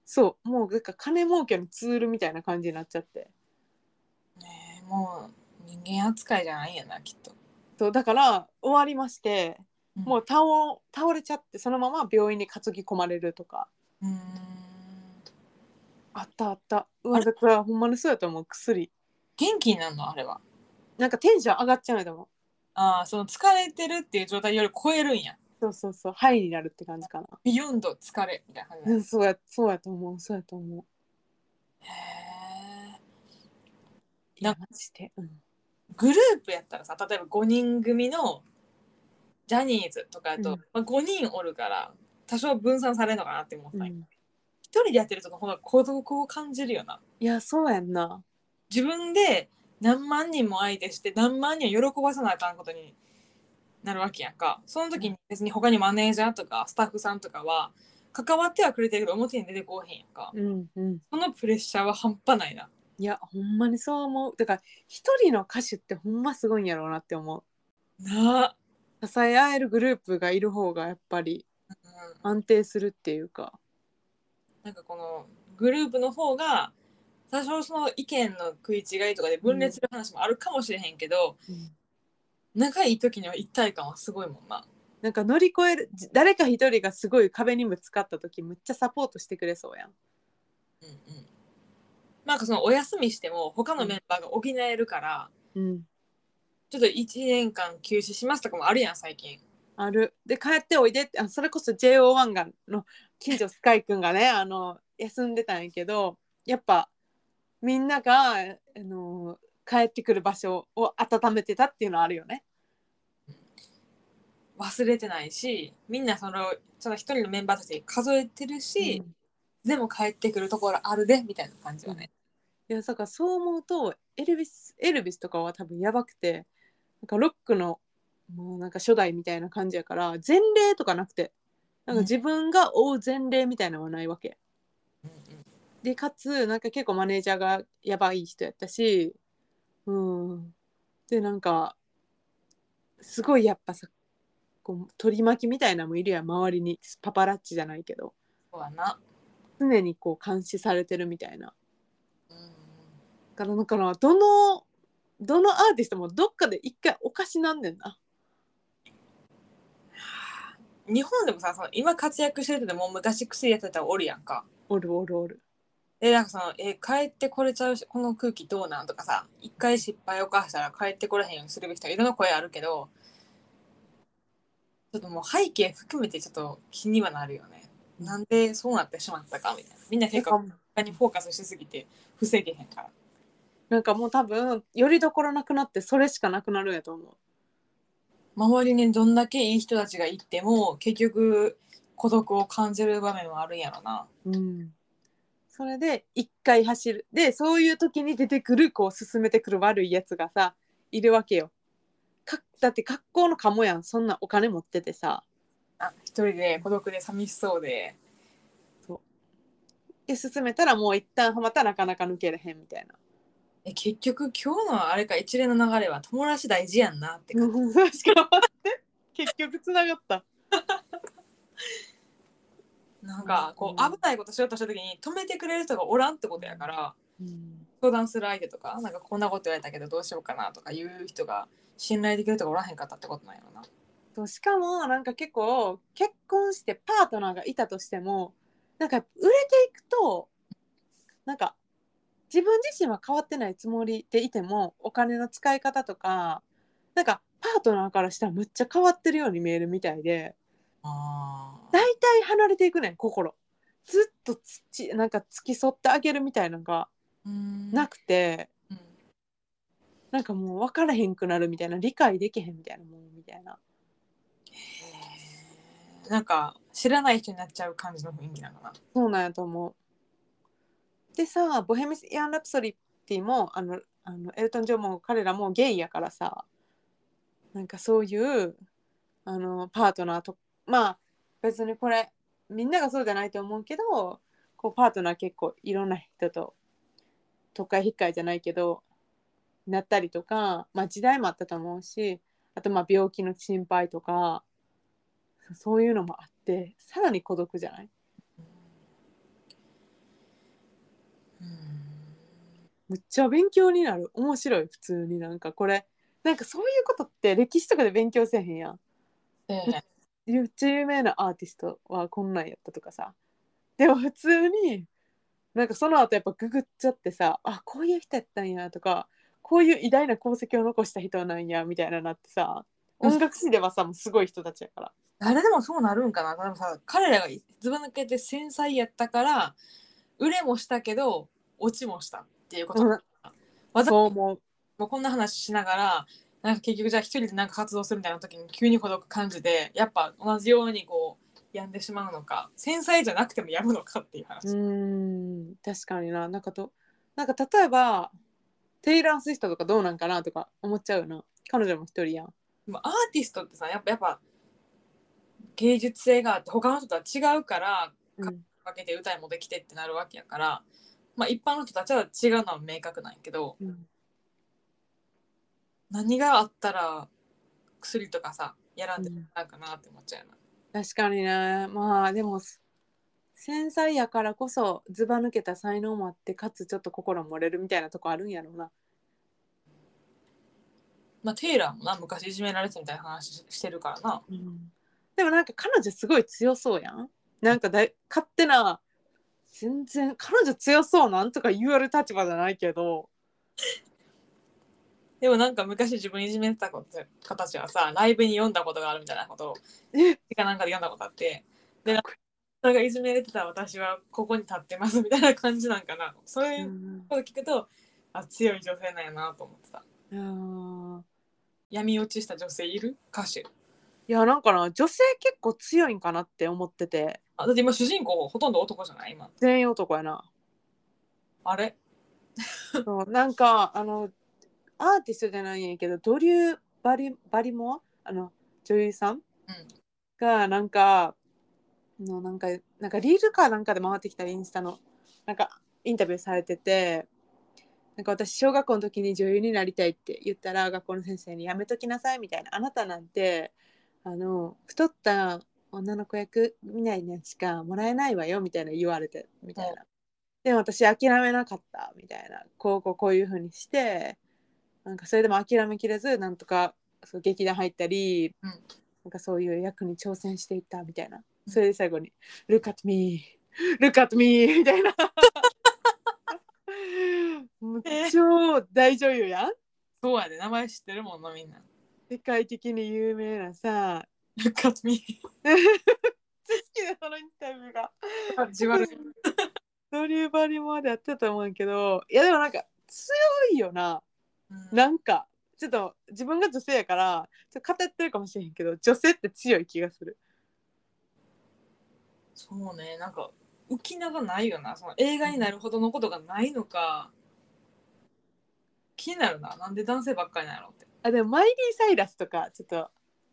[SPEAKER 1] そうもうなんか金儲けのツールみたいな感じになっちゃって、
[SPEAKER 2] ねえ、もう人間扱いじゃないんやなきっと。
[SPEAKER 1] そうだから終わりまして、
[SPEAKER 2] うん、
[SPEAKER 1] もう倒倒れちゃってそのまま病院に担ぎ込まれるとか。
[SPEAKER 2] うーん。
[SPEAKER 1] あったあった。う
[SPEAKER 2] あれ、
[SPEAKER 1] わだからほんまにそうやと思う。薬
[SPEAKER 2] 元気になるのあれは？
[SPEAKER 1] なんかテンション上がっちゃうんやと思う。
[SPEAKER 2] ああ、その疲れてるっていう状態より超えるんや。
[SPEAKER 1] そうそうそうハイになるって感じかな。
[SPEAKER 2] ビヨンド疲れみたいな感じなの。
[SPEAKER 1] うんそうやそうやと思うそうやと思う。
[SPEAKER 2] へえ。
[SPEAKER 1] いや
[SPEAKER 2] なんか
[SPEAKER 1] マジで、うん、
[SPEAKER 2] グループやったらさ、例えばごにん組のジャニーズとかだと、
[SPEAKER 1] うん
[SPEAKER 2] まあ、ごにんおるから多少分散されるのかなって思ったんや。
[SPEAKER 1] うん、
[SPEAKER 2] 一人でやってるとほんと孤独を感じるよな。
[SPEAKER 1] いやそうやんな。
[SPEAKER 2] 自分で何万人も相手して何万人を喜ばさなあかんことになるわけやんか。その時に別に他にマネージャーとかスタッフさんとかは関わってはくれてるけど表に出てこうへんやんか。
[SPEAKER 1] うんうん、
[SPEAKER 2] そのプレッシャーは半端ないな。
[SPEAKER 1] いやほんまにそう思う。だから一人の歌手ってほんますごいんやろうなって思う。
[SPEAKER 2] なあ。
[SPEAKER 1] 支え合えるグループがいる方がやっぱり
[SPEAKER 2] うん、
[SPEAKER 1] 安定するっていうか。
[SPEAKER 2] なんかこのグループの方が多少その意見の食い違いとかで分裂する話もあるかもしれへんけど、
[SPEAKER 1] うん、
[SPEAKER 2] 仲いい時には一体感はすごいもんな。
[SPEAKER 1] なんか乗り越える誰か一人がすごい壁にぶつかった時むっちゃサポートしてくれそうやん。
[SPEAKER 2] うんうん。なんかそのお休みしても他
[SPEAKER 1] うん
[SPEAKER 2] のメンバーが補えるから、
[SPEAKER 1] うん、
[SPEAKER 2] ちょっといちねんかん休止しますとかもあるやん最近。
[SPEAKER 1] ある。で帰っておいでってあそれこそ ジェイオーワン がの近所スカイくんがねあの休んでたんやけどやっぱみんながあの帰ってくる場所を温めてたっていうのはあるよね。
[SPEAKER 2] 忘れてないし、みんなそのその一人のメンバーたち数えてるし、
[SPEAKER 1] うん
[SPEAKER 2] でも帰ってくるところあるでみたいな感じ
[SPEAKER 1] うん、い
[SPEAKER 2] はね。
[SPEAKER 1] やだからそう思うとエルビスエルビスとかは多分やばくてなんかロックのもうなんか初代みたいな感じやから前例とかなくてなんか
[SPEAKER 2] うん
[SPEAKER 1] 自分が追う前例みたいなのはないわけ
[SPEAKER 2] うん
[SPEAKER 1] でかつなんか結構マネージャーがやばい人やったし、うんでなんかすごいやっぱさこう取り巻きみたいなのもいるやん周りにパパラッチじゃないけど
[SPEAKER 2] そうやな。
[SPEAKER 1] 常にこう監視されてるみたいな
[SPEAKER 2] うん
[SPEAKER 1] からだからどのどのアーティストもどっかで一回おかしなんねんな。
[SPEAKER 2] 日本でもさ、その今活躍してるけども昔薬やってたらおるやんか。
[SPEAKER 1] おるおるおる。
[SPEAKER 2] で、なんかその、え、帰ってこれちゃうし、この空気どうなんとかさ、一回失敗を犯したら帰ってこれへんようにするべきとかいろんな声あるけど、ちょっともう背景含めてちょっと気にはなるよね。なんでそうなってしまったかみたいな。みんな結構
[SPEAKER 1] なんか
[SPEAKER 2] 他にフォーカスしすぎて防げへんから。
[SPEAKER 1] なんかもう多分よりどころなくなってそれしかなくなるんやと思う。
[SPEAKER 2] 周りにどんだけいい人たちがいても結局孤独を感じる場面はあるんやろな。
[SPEAKER 1] うん、それで一回走るでそういう時に出てくるこう進めてくる悪いやつがさいるわけよ。かだって格好のカモやんそんなお金持っててさ。
[SPEAKER 2] あ、一人で孤独で寂しそうで。
[SPEAKER 1] そうで進めたらもう一旦ハマったらなかなか抜けれへんみたいな。
[SPEAKER 2] え、結局今日のあれか一連の流れは友達大事やんなって感じ。
[SPEAKER 1] うん確か待って結局つながった。
[SPEAKER 2] なんかこう危ないことしようとした時に止めてくれる人がおらんってことやから、
[SPEAKER 1] うん、
[SPEAKER 2] 相談する相手とかなんかこんなこと言われたけどどうしようかなとか言う人が信頼できる人がおらへんかったってことなんやろな。
[SPEAKER 1] そうしかもなんか結構結婚してパートナーがいたとしてもなんか売れていくとなんか自分自身は変わってないつもりでいてもお金の使い方とかなんかパートナーからしたらむっちゃ変わってるように見えるみたいで
[SPEAKER 2] あ
[SPEAKER 1] 大体離れていくねん心ずっとつなんか付き添ってあげるみたいなのが
[SPEAKER 2] ー、うーん、
[SPEAKER 1] なくて
[SPEAKER 2] うん、
[SPEAKER 1] なんかもう分からへんくなるみたいな理解できへんみたいなもんみたいな。
[SPEAKER 2] へー、なんか知らない人になっちゃう感じの雰囲気なのかな。
[SPEAKER 1] そうなんやと思う。でさボヘミアン・ラプソディもあのあのエルトン・ジョンも彼らもゲイやからさなんかそういうあのパートナーとまあ別にこれみんながそうじゃないと思うけどこうパートナー結構いろんな人と都会引っかいじゃないけどなったりとか、まあ、時代もあったと思うしあとまあ病気の心配とかそういうのもあってさらに孤独じゃない。 むっちゃ勉強になる。面白い。普通になんかこれなんかそういうことって歴史とかで勉強せえへんやん。むっめっちゃ有名なアーティストはこんなんやったとかさ。でも普通になんかその後やっぱググっちゃってさ、あこういう人やったんやとか、こういう偉大な功績を残した人なんやみたいななってさ、音楽史ではさもうすごい人たちやから。
[SPEAKER 2] 誰でもそうなるんかな。でもさ、彼らがずば抜けて繊細やったから売れもしたけど落ちもしたっていうこと。
[SPEAKER 1] うん、
[SPEAKER 2] 私
[SPEAKER 1] そう思う。
[SPEAKER 2] もこんな話しながらなんか結局じゃあ一人でなんか活動するみたいな時に急に孤独感じてやっぱ同じようにこう病んでしまうのか、繊細じゃなくても病むのかっていう話。
[SPEAKER 1] うーん確かにな。なんかとなんか例えばテイラー・スウィフトとかどうなんかなとか思っちゃうよな。彼女も一人やん。
[SPEAKER 2] でもアーティストってさやっぱやっぱ芸術性があって他の人とは違うからか
[SPEAKER 1] うん、
[SPEAKER 2] かけて歌いもできてってなるわけやから、まあ、一般の人たちは違うのは明確なんやけど、
[SPEAKER 1] うん、
[SPEAKER 2] 何があったら薬とかさやらんで
[SPEAKER 1] うん、
[SPEAKER 2] なんかなって思っちゃうな。
[SPEAKER 1] 確かにね。まあでも繊細やからこそずば抜けた才能もあって、かつちょっと心も折れるみたいなとこあるんやろうな。
[SPEAKER 2] まあテイラーもな昔いじめられてたみたいな話してるからな。
[SPEAKER 1] うん、でもなんか彼女すごい強そうやん。なんかだい勝手な、全然彼女強そうなんとか言われる立場じゃないけど。
[SPEAKER 2] でもなんか昔自分いじめてた子たちはさライブに読んだことがあるみたいなことを
[SPEAKER 1] え
[SPEAKER 2] かなんかで読んだことあって、でなんか
[SPEAKER 1] かっこ
[SPEAKER 2] それがいじめられてた私はここに立ってますみたいな感じなんかな。そう
[SPEAKER 1] いい。う
[SPEAKER 2] いう
[SPEAKER 1] ん、
[SPEAKER 2] こと聞くとあ強い女性なんやなと思ってた。
[SPEAKER 1] いやー、
[SPEAKER 2] 闇落ちした女性いる歌手。
[SPEAKER 1] いやなんかな、女性結構強いんかなって思ってて。
[SPEAKER 2] あだって今主人公ほとんど男じゃない今。
[SPEAKER 1] 全員男やな。
[SPEAKER 2] あれ
[SPEAKER 1] そうなんかあのアーティストじゃないんやけど、ドリュー・バリバリモア、あの女優さん
[SPEAKER 2] うん
[SPEAKER 1] がなんかのなんかなんかリールかなんかで回ってきたインスタのなんかインタビューされてて、なんか私小学校の時に女優になりたいって言ったら学校の先生にやめときなさいみたいな、あなたなんてあの太った女の子役みたいなしかもらえないわよみたいな言われてみたいな。でも私諦めなかったみたいな、こうこうこういう風にしてなんかそれでも諦めきれずなんとかそう劇団入ったり、
[SPEAKER 2] うん
[SPEAKER 1] なんかそういう役に挑戦していったみたいな。それで最後に「Look at me! Look at me!」みたいな。もう
[SPEAKER 2] えー、
[SPEAKER 1] 超大女優やん。
[SPEAKER 2] そうやで名前知ってるもんなみんな。
[SPEAKER 1] 世界的に有名なさ。
[SPEAKER 2] Look at me
[SPEAKER 1] めっちゃ好きでそのインタビューが。
[SPEAKER 2] じわる。
[SPEAKER 1] ドリューバリまでやってたと思うんけど、いやでもなんか強いよな。
[SPEAKER 2] うん、
[SPEAKER 1] なんかちょっと自分が女性やからちょっと語ってるかもしれへんけど、女性って強い気がする。
[SPEAKER 2] そうねなんか浮き名がないよな。その映画になるほどのことがないのか気になるな。なんで男性ばっかりなんやろって。
[SPEAKER 1] あでもマイリー・サイラスとかちょっと、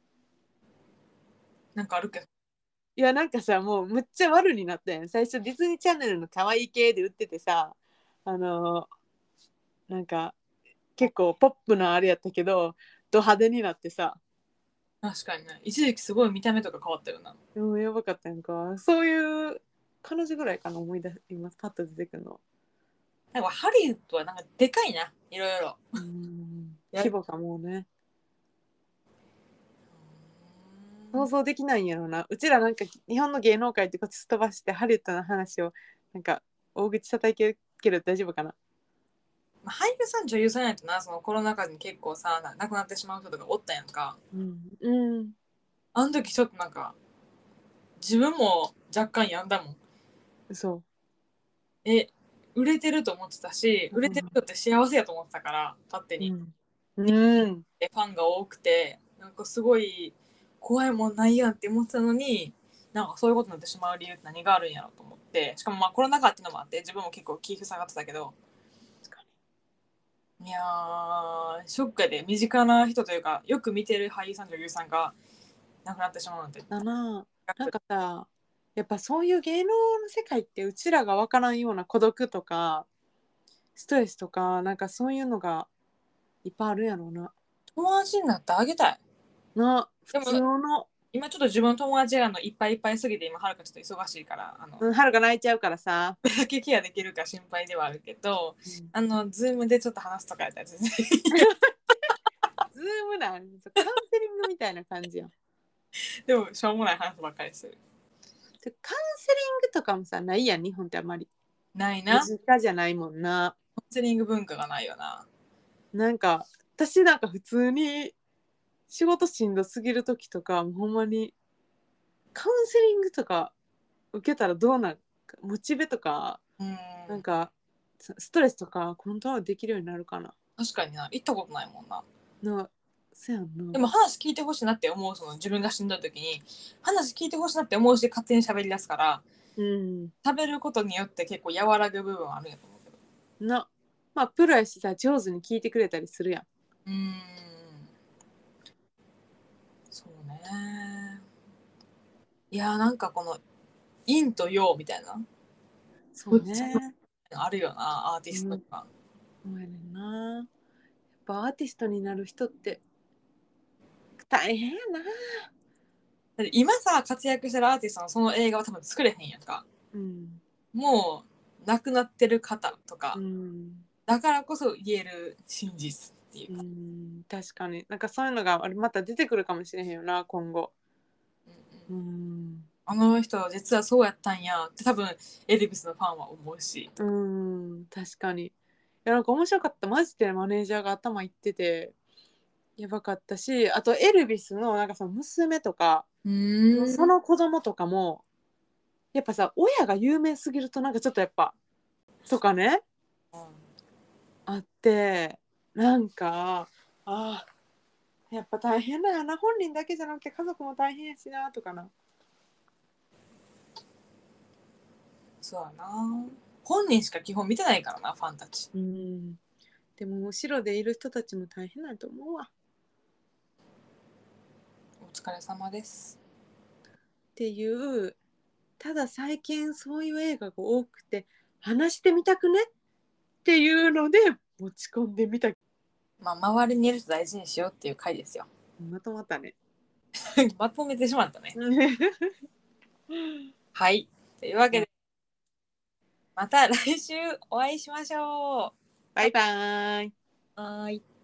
[SPEAKER 2] なんかあるけど。
[SPEAKER 1] いやなんかさもうむっちゃ悪になったやん。最初ディズニーチャンネルの可愛い系で売っててさ、あのーなんか結構ポップなあれやったけどド派手になってさ、
[SPEAKER 2] 確かにね一時期すごい見た目とか変わったよな。
[SPEAKER 1] もうやばかったやんか。そういう彼女ぐらいかな、思い出しますパッと出てくるの。
[SPEAKER 2] なんかハリウッドはなんかでかいないろいろ。
[SPEAKER 1] うーん
[SPEAKER 2] や
[SPEAKER 1] 規模がもうね想像できないんやろな。うちらなんか日本の芸能界ってこっちすっ飛ばしてハリウッドの話をなんか大口叩いてるけど大丈夫かな。
[SPEAKER 2] まあ、俳優さん女優さんやとなそのコロナ禍に結構さ亡くなってしまう人とかおったやんか。
[SPEAKER 1] うん、うん、
[SPEAKER 2] あの時ちょっとなんか自分も若干病んだもん。
[SPEAKER 1] そ
[SPEAKER 2] え売れてると思ってたし
[SPEAKER 1] う、
[SPEAKER 2] 売れてる人って幸せやと思ってたから勝手に。
[SPEAKER 1] うん、うん、
[SPEAKER 2] でファンが多くてなんかすごい怖いもんないやんって思ってたのになんかそういうことになってしまう理由って何があるんやろうと思って、しかもまあコロナ禍っていうのもあって自分も結構気塞がってたけど、いやーショックやで。身近な人というかよく見てる俳優さん女優さんが亡くなってしまうなんて。
[SPEAKER 1] だな。なんかさやっぱそういう芸能の世界ってうちらが分からんような孤独とかストレスとかなんかそういうのがいっぱいあるやろうな。
[SPEAKER 2] 友達になってあげたい。
[SPEAKER 1] な普
[SPEAKER 2] でも
[SPEAKER 1] 通の。
[SPEAKER 2] 今ちょっと自分の友達がのいっぱいいっぱいすぎて今はるかちょっと忙しいからあの、
[SPEAKER 1] うん、はるか泣いちゃうからさ。
[SPEAKER 2] どれだけケアできるか心配ではあるけど、
[SPEAKER 1] うん、
[SPEAKER 2] あのズームでちょっと話すとかやったら全然
[SPEAKER 1] ズームなん、カウンセリングみたいな感じやん。
[SPEAKER 2] でもしょうもない話ばっかりする。
[SPEAKER 1] カウンセリングとかもさ、ないやん、日本ってあんまり。
[SPEAKER 2] ないな。
[SPEAKER 1] 身
[SPEAKER 2] カウン
[SPEAKER 1] 近じゃないもんな。
[SPEAKER 2] セリング文化がないよな。
[SPEAKER 1] なんか、私なんか普通に仕事しんどすぎる時とか、ほんまにカウンセリングとか受けたらどうなんか、モチベとか、
[SPEAKER 2] うん
[SPEAKER 1] なんか、ストレスとかコントロールできるようになるかな。
[SPEAKER 2] 確かにな、行ったことないもんな。
[SPEAKER 1] な、そやんな。
[SPEAKER 2] でも話聞いてほしいなって思う、その自分がしんどい時に話聞いてほしいなって思うし勝手に喋り出すから、
[SPEAKER 1] うん。
[SPEAKER 2] 喋ることによって結構和らぐ部分はあるんやと思うけど。
[SPEAKER 1] な、まあ、プロやしさ、上手に聞いてくれたりするやん。
[SPEAKER 2] うーん、そうね。いやーなんかこの陰と陽みたいな、
[SPEAKER 1] そうね。
[SPEAKER 2] あるよな、アーティストとか。
[SPEAKER 1] うん、そうやねんな。やっぱアーティストになる人って大変やな。
[SPEAKER 2] だって今さ活躍してるアーティストのその映画は多分作れへんやんか。
[SPEAKER 1] うん。
[SPEAKER 2] もう亡くなってる方とか、
[SPEAKER 1] うん。
[SPEAKER 2] だからこそ言える真実っていう
[SPEAKER 1] う
[SPEAKER 2] か、
[SPEAKER 1] ん、確かに。なんかそういうのがまた出てくるかもしれへんよな、今後。
[SPEAKER 2] うんうん、
[SPEAKER 1] うん。
[SPEAKER 2] あの人実はそうやったんやって多分エルビスのファンは思うし。
[SPEAKER 1] うん、確かに。いや、なんか面白かった。マジでマネージャーが頭いってて、やばかったし、あとエルビスのなんかその娘とか、
[SPEAKER 2] うーん、
[SPEAKER 1] その子供とかも、やっぱさ、親が有名すぎるとなんかちょっとやっぱ、とかね、あって、なんか、ああ、やっぱ大変だよな。本人だけじゃなくて家族も大変やしな、とかな。
[SPEAKER 2] そうやな。本人しか基本見てないからな、ファンたち。
[SPEAKER 1] うん。でも後ろでいる人たちも大変だと思うわ。
[SPEAKER 2] お疲れ様です。
[SPEAKER 1] っていう、ただ最近そういう映画が多くて、話してみたくねっていうので持ち込んでみた。
[SPEAKER 2] まあ、周りにいる人大事にしようっていう回ですよ。
[SPEAKER 1] まとまったね。
[SPEAKER 2] まとめてしまったね。はい。というわけで、また来週お会いしましょう。
[SPEAKER 1] バイバーイ。
[SPEAKER 2] はーい。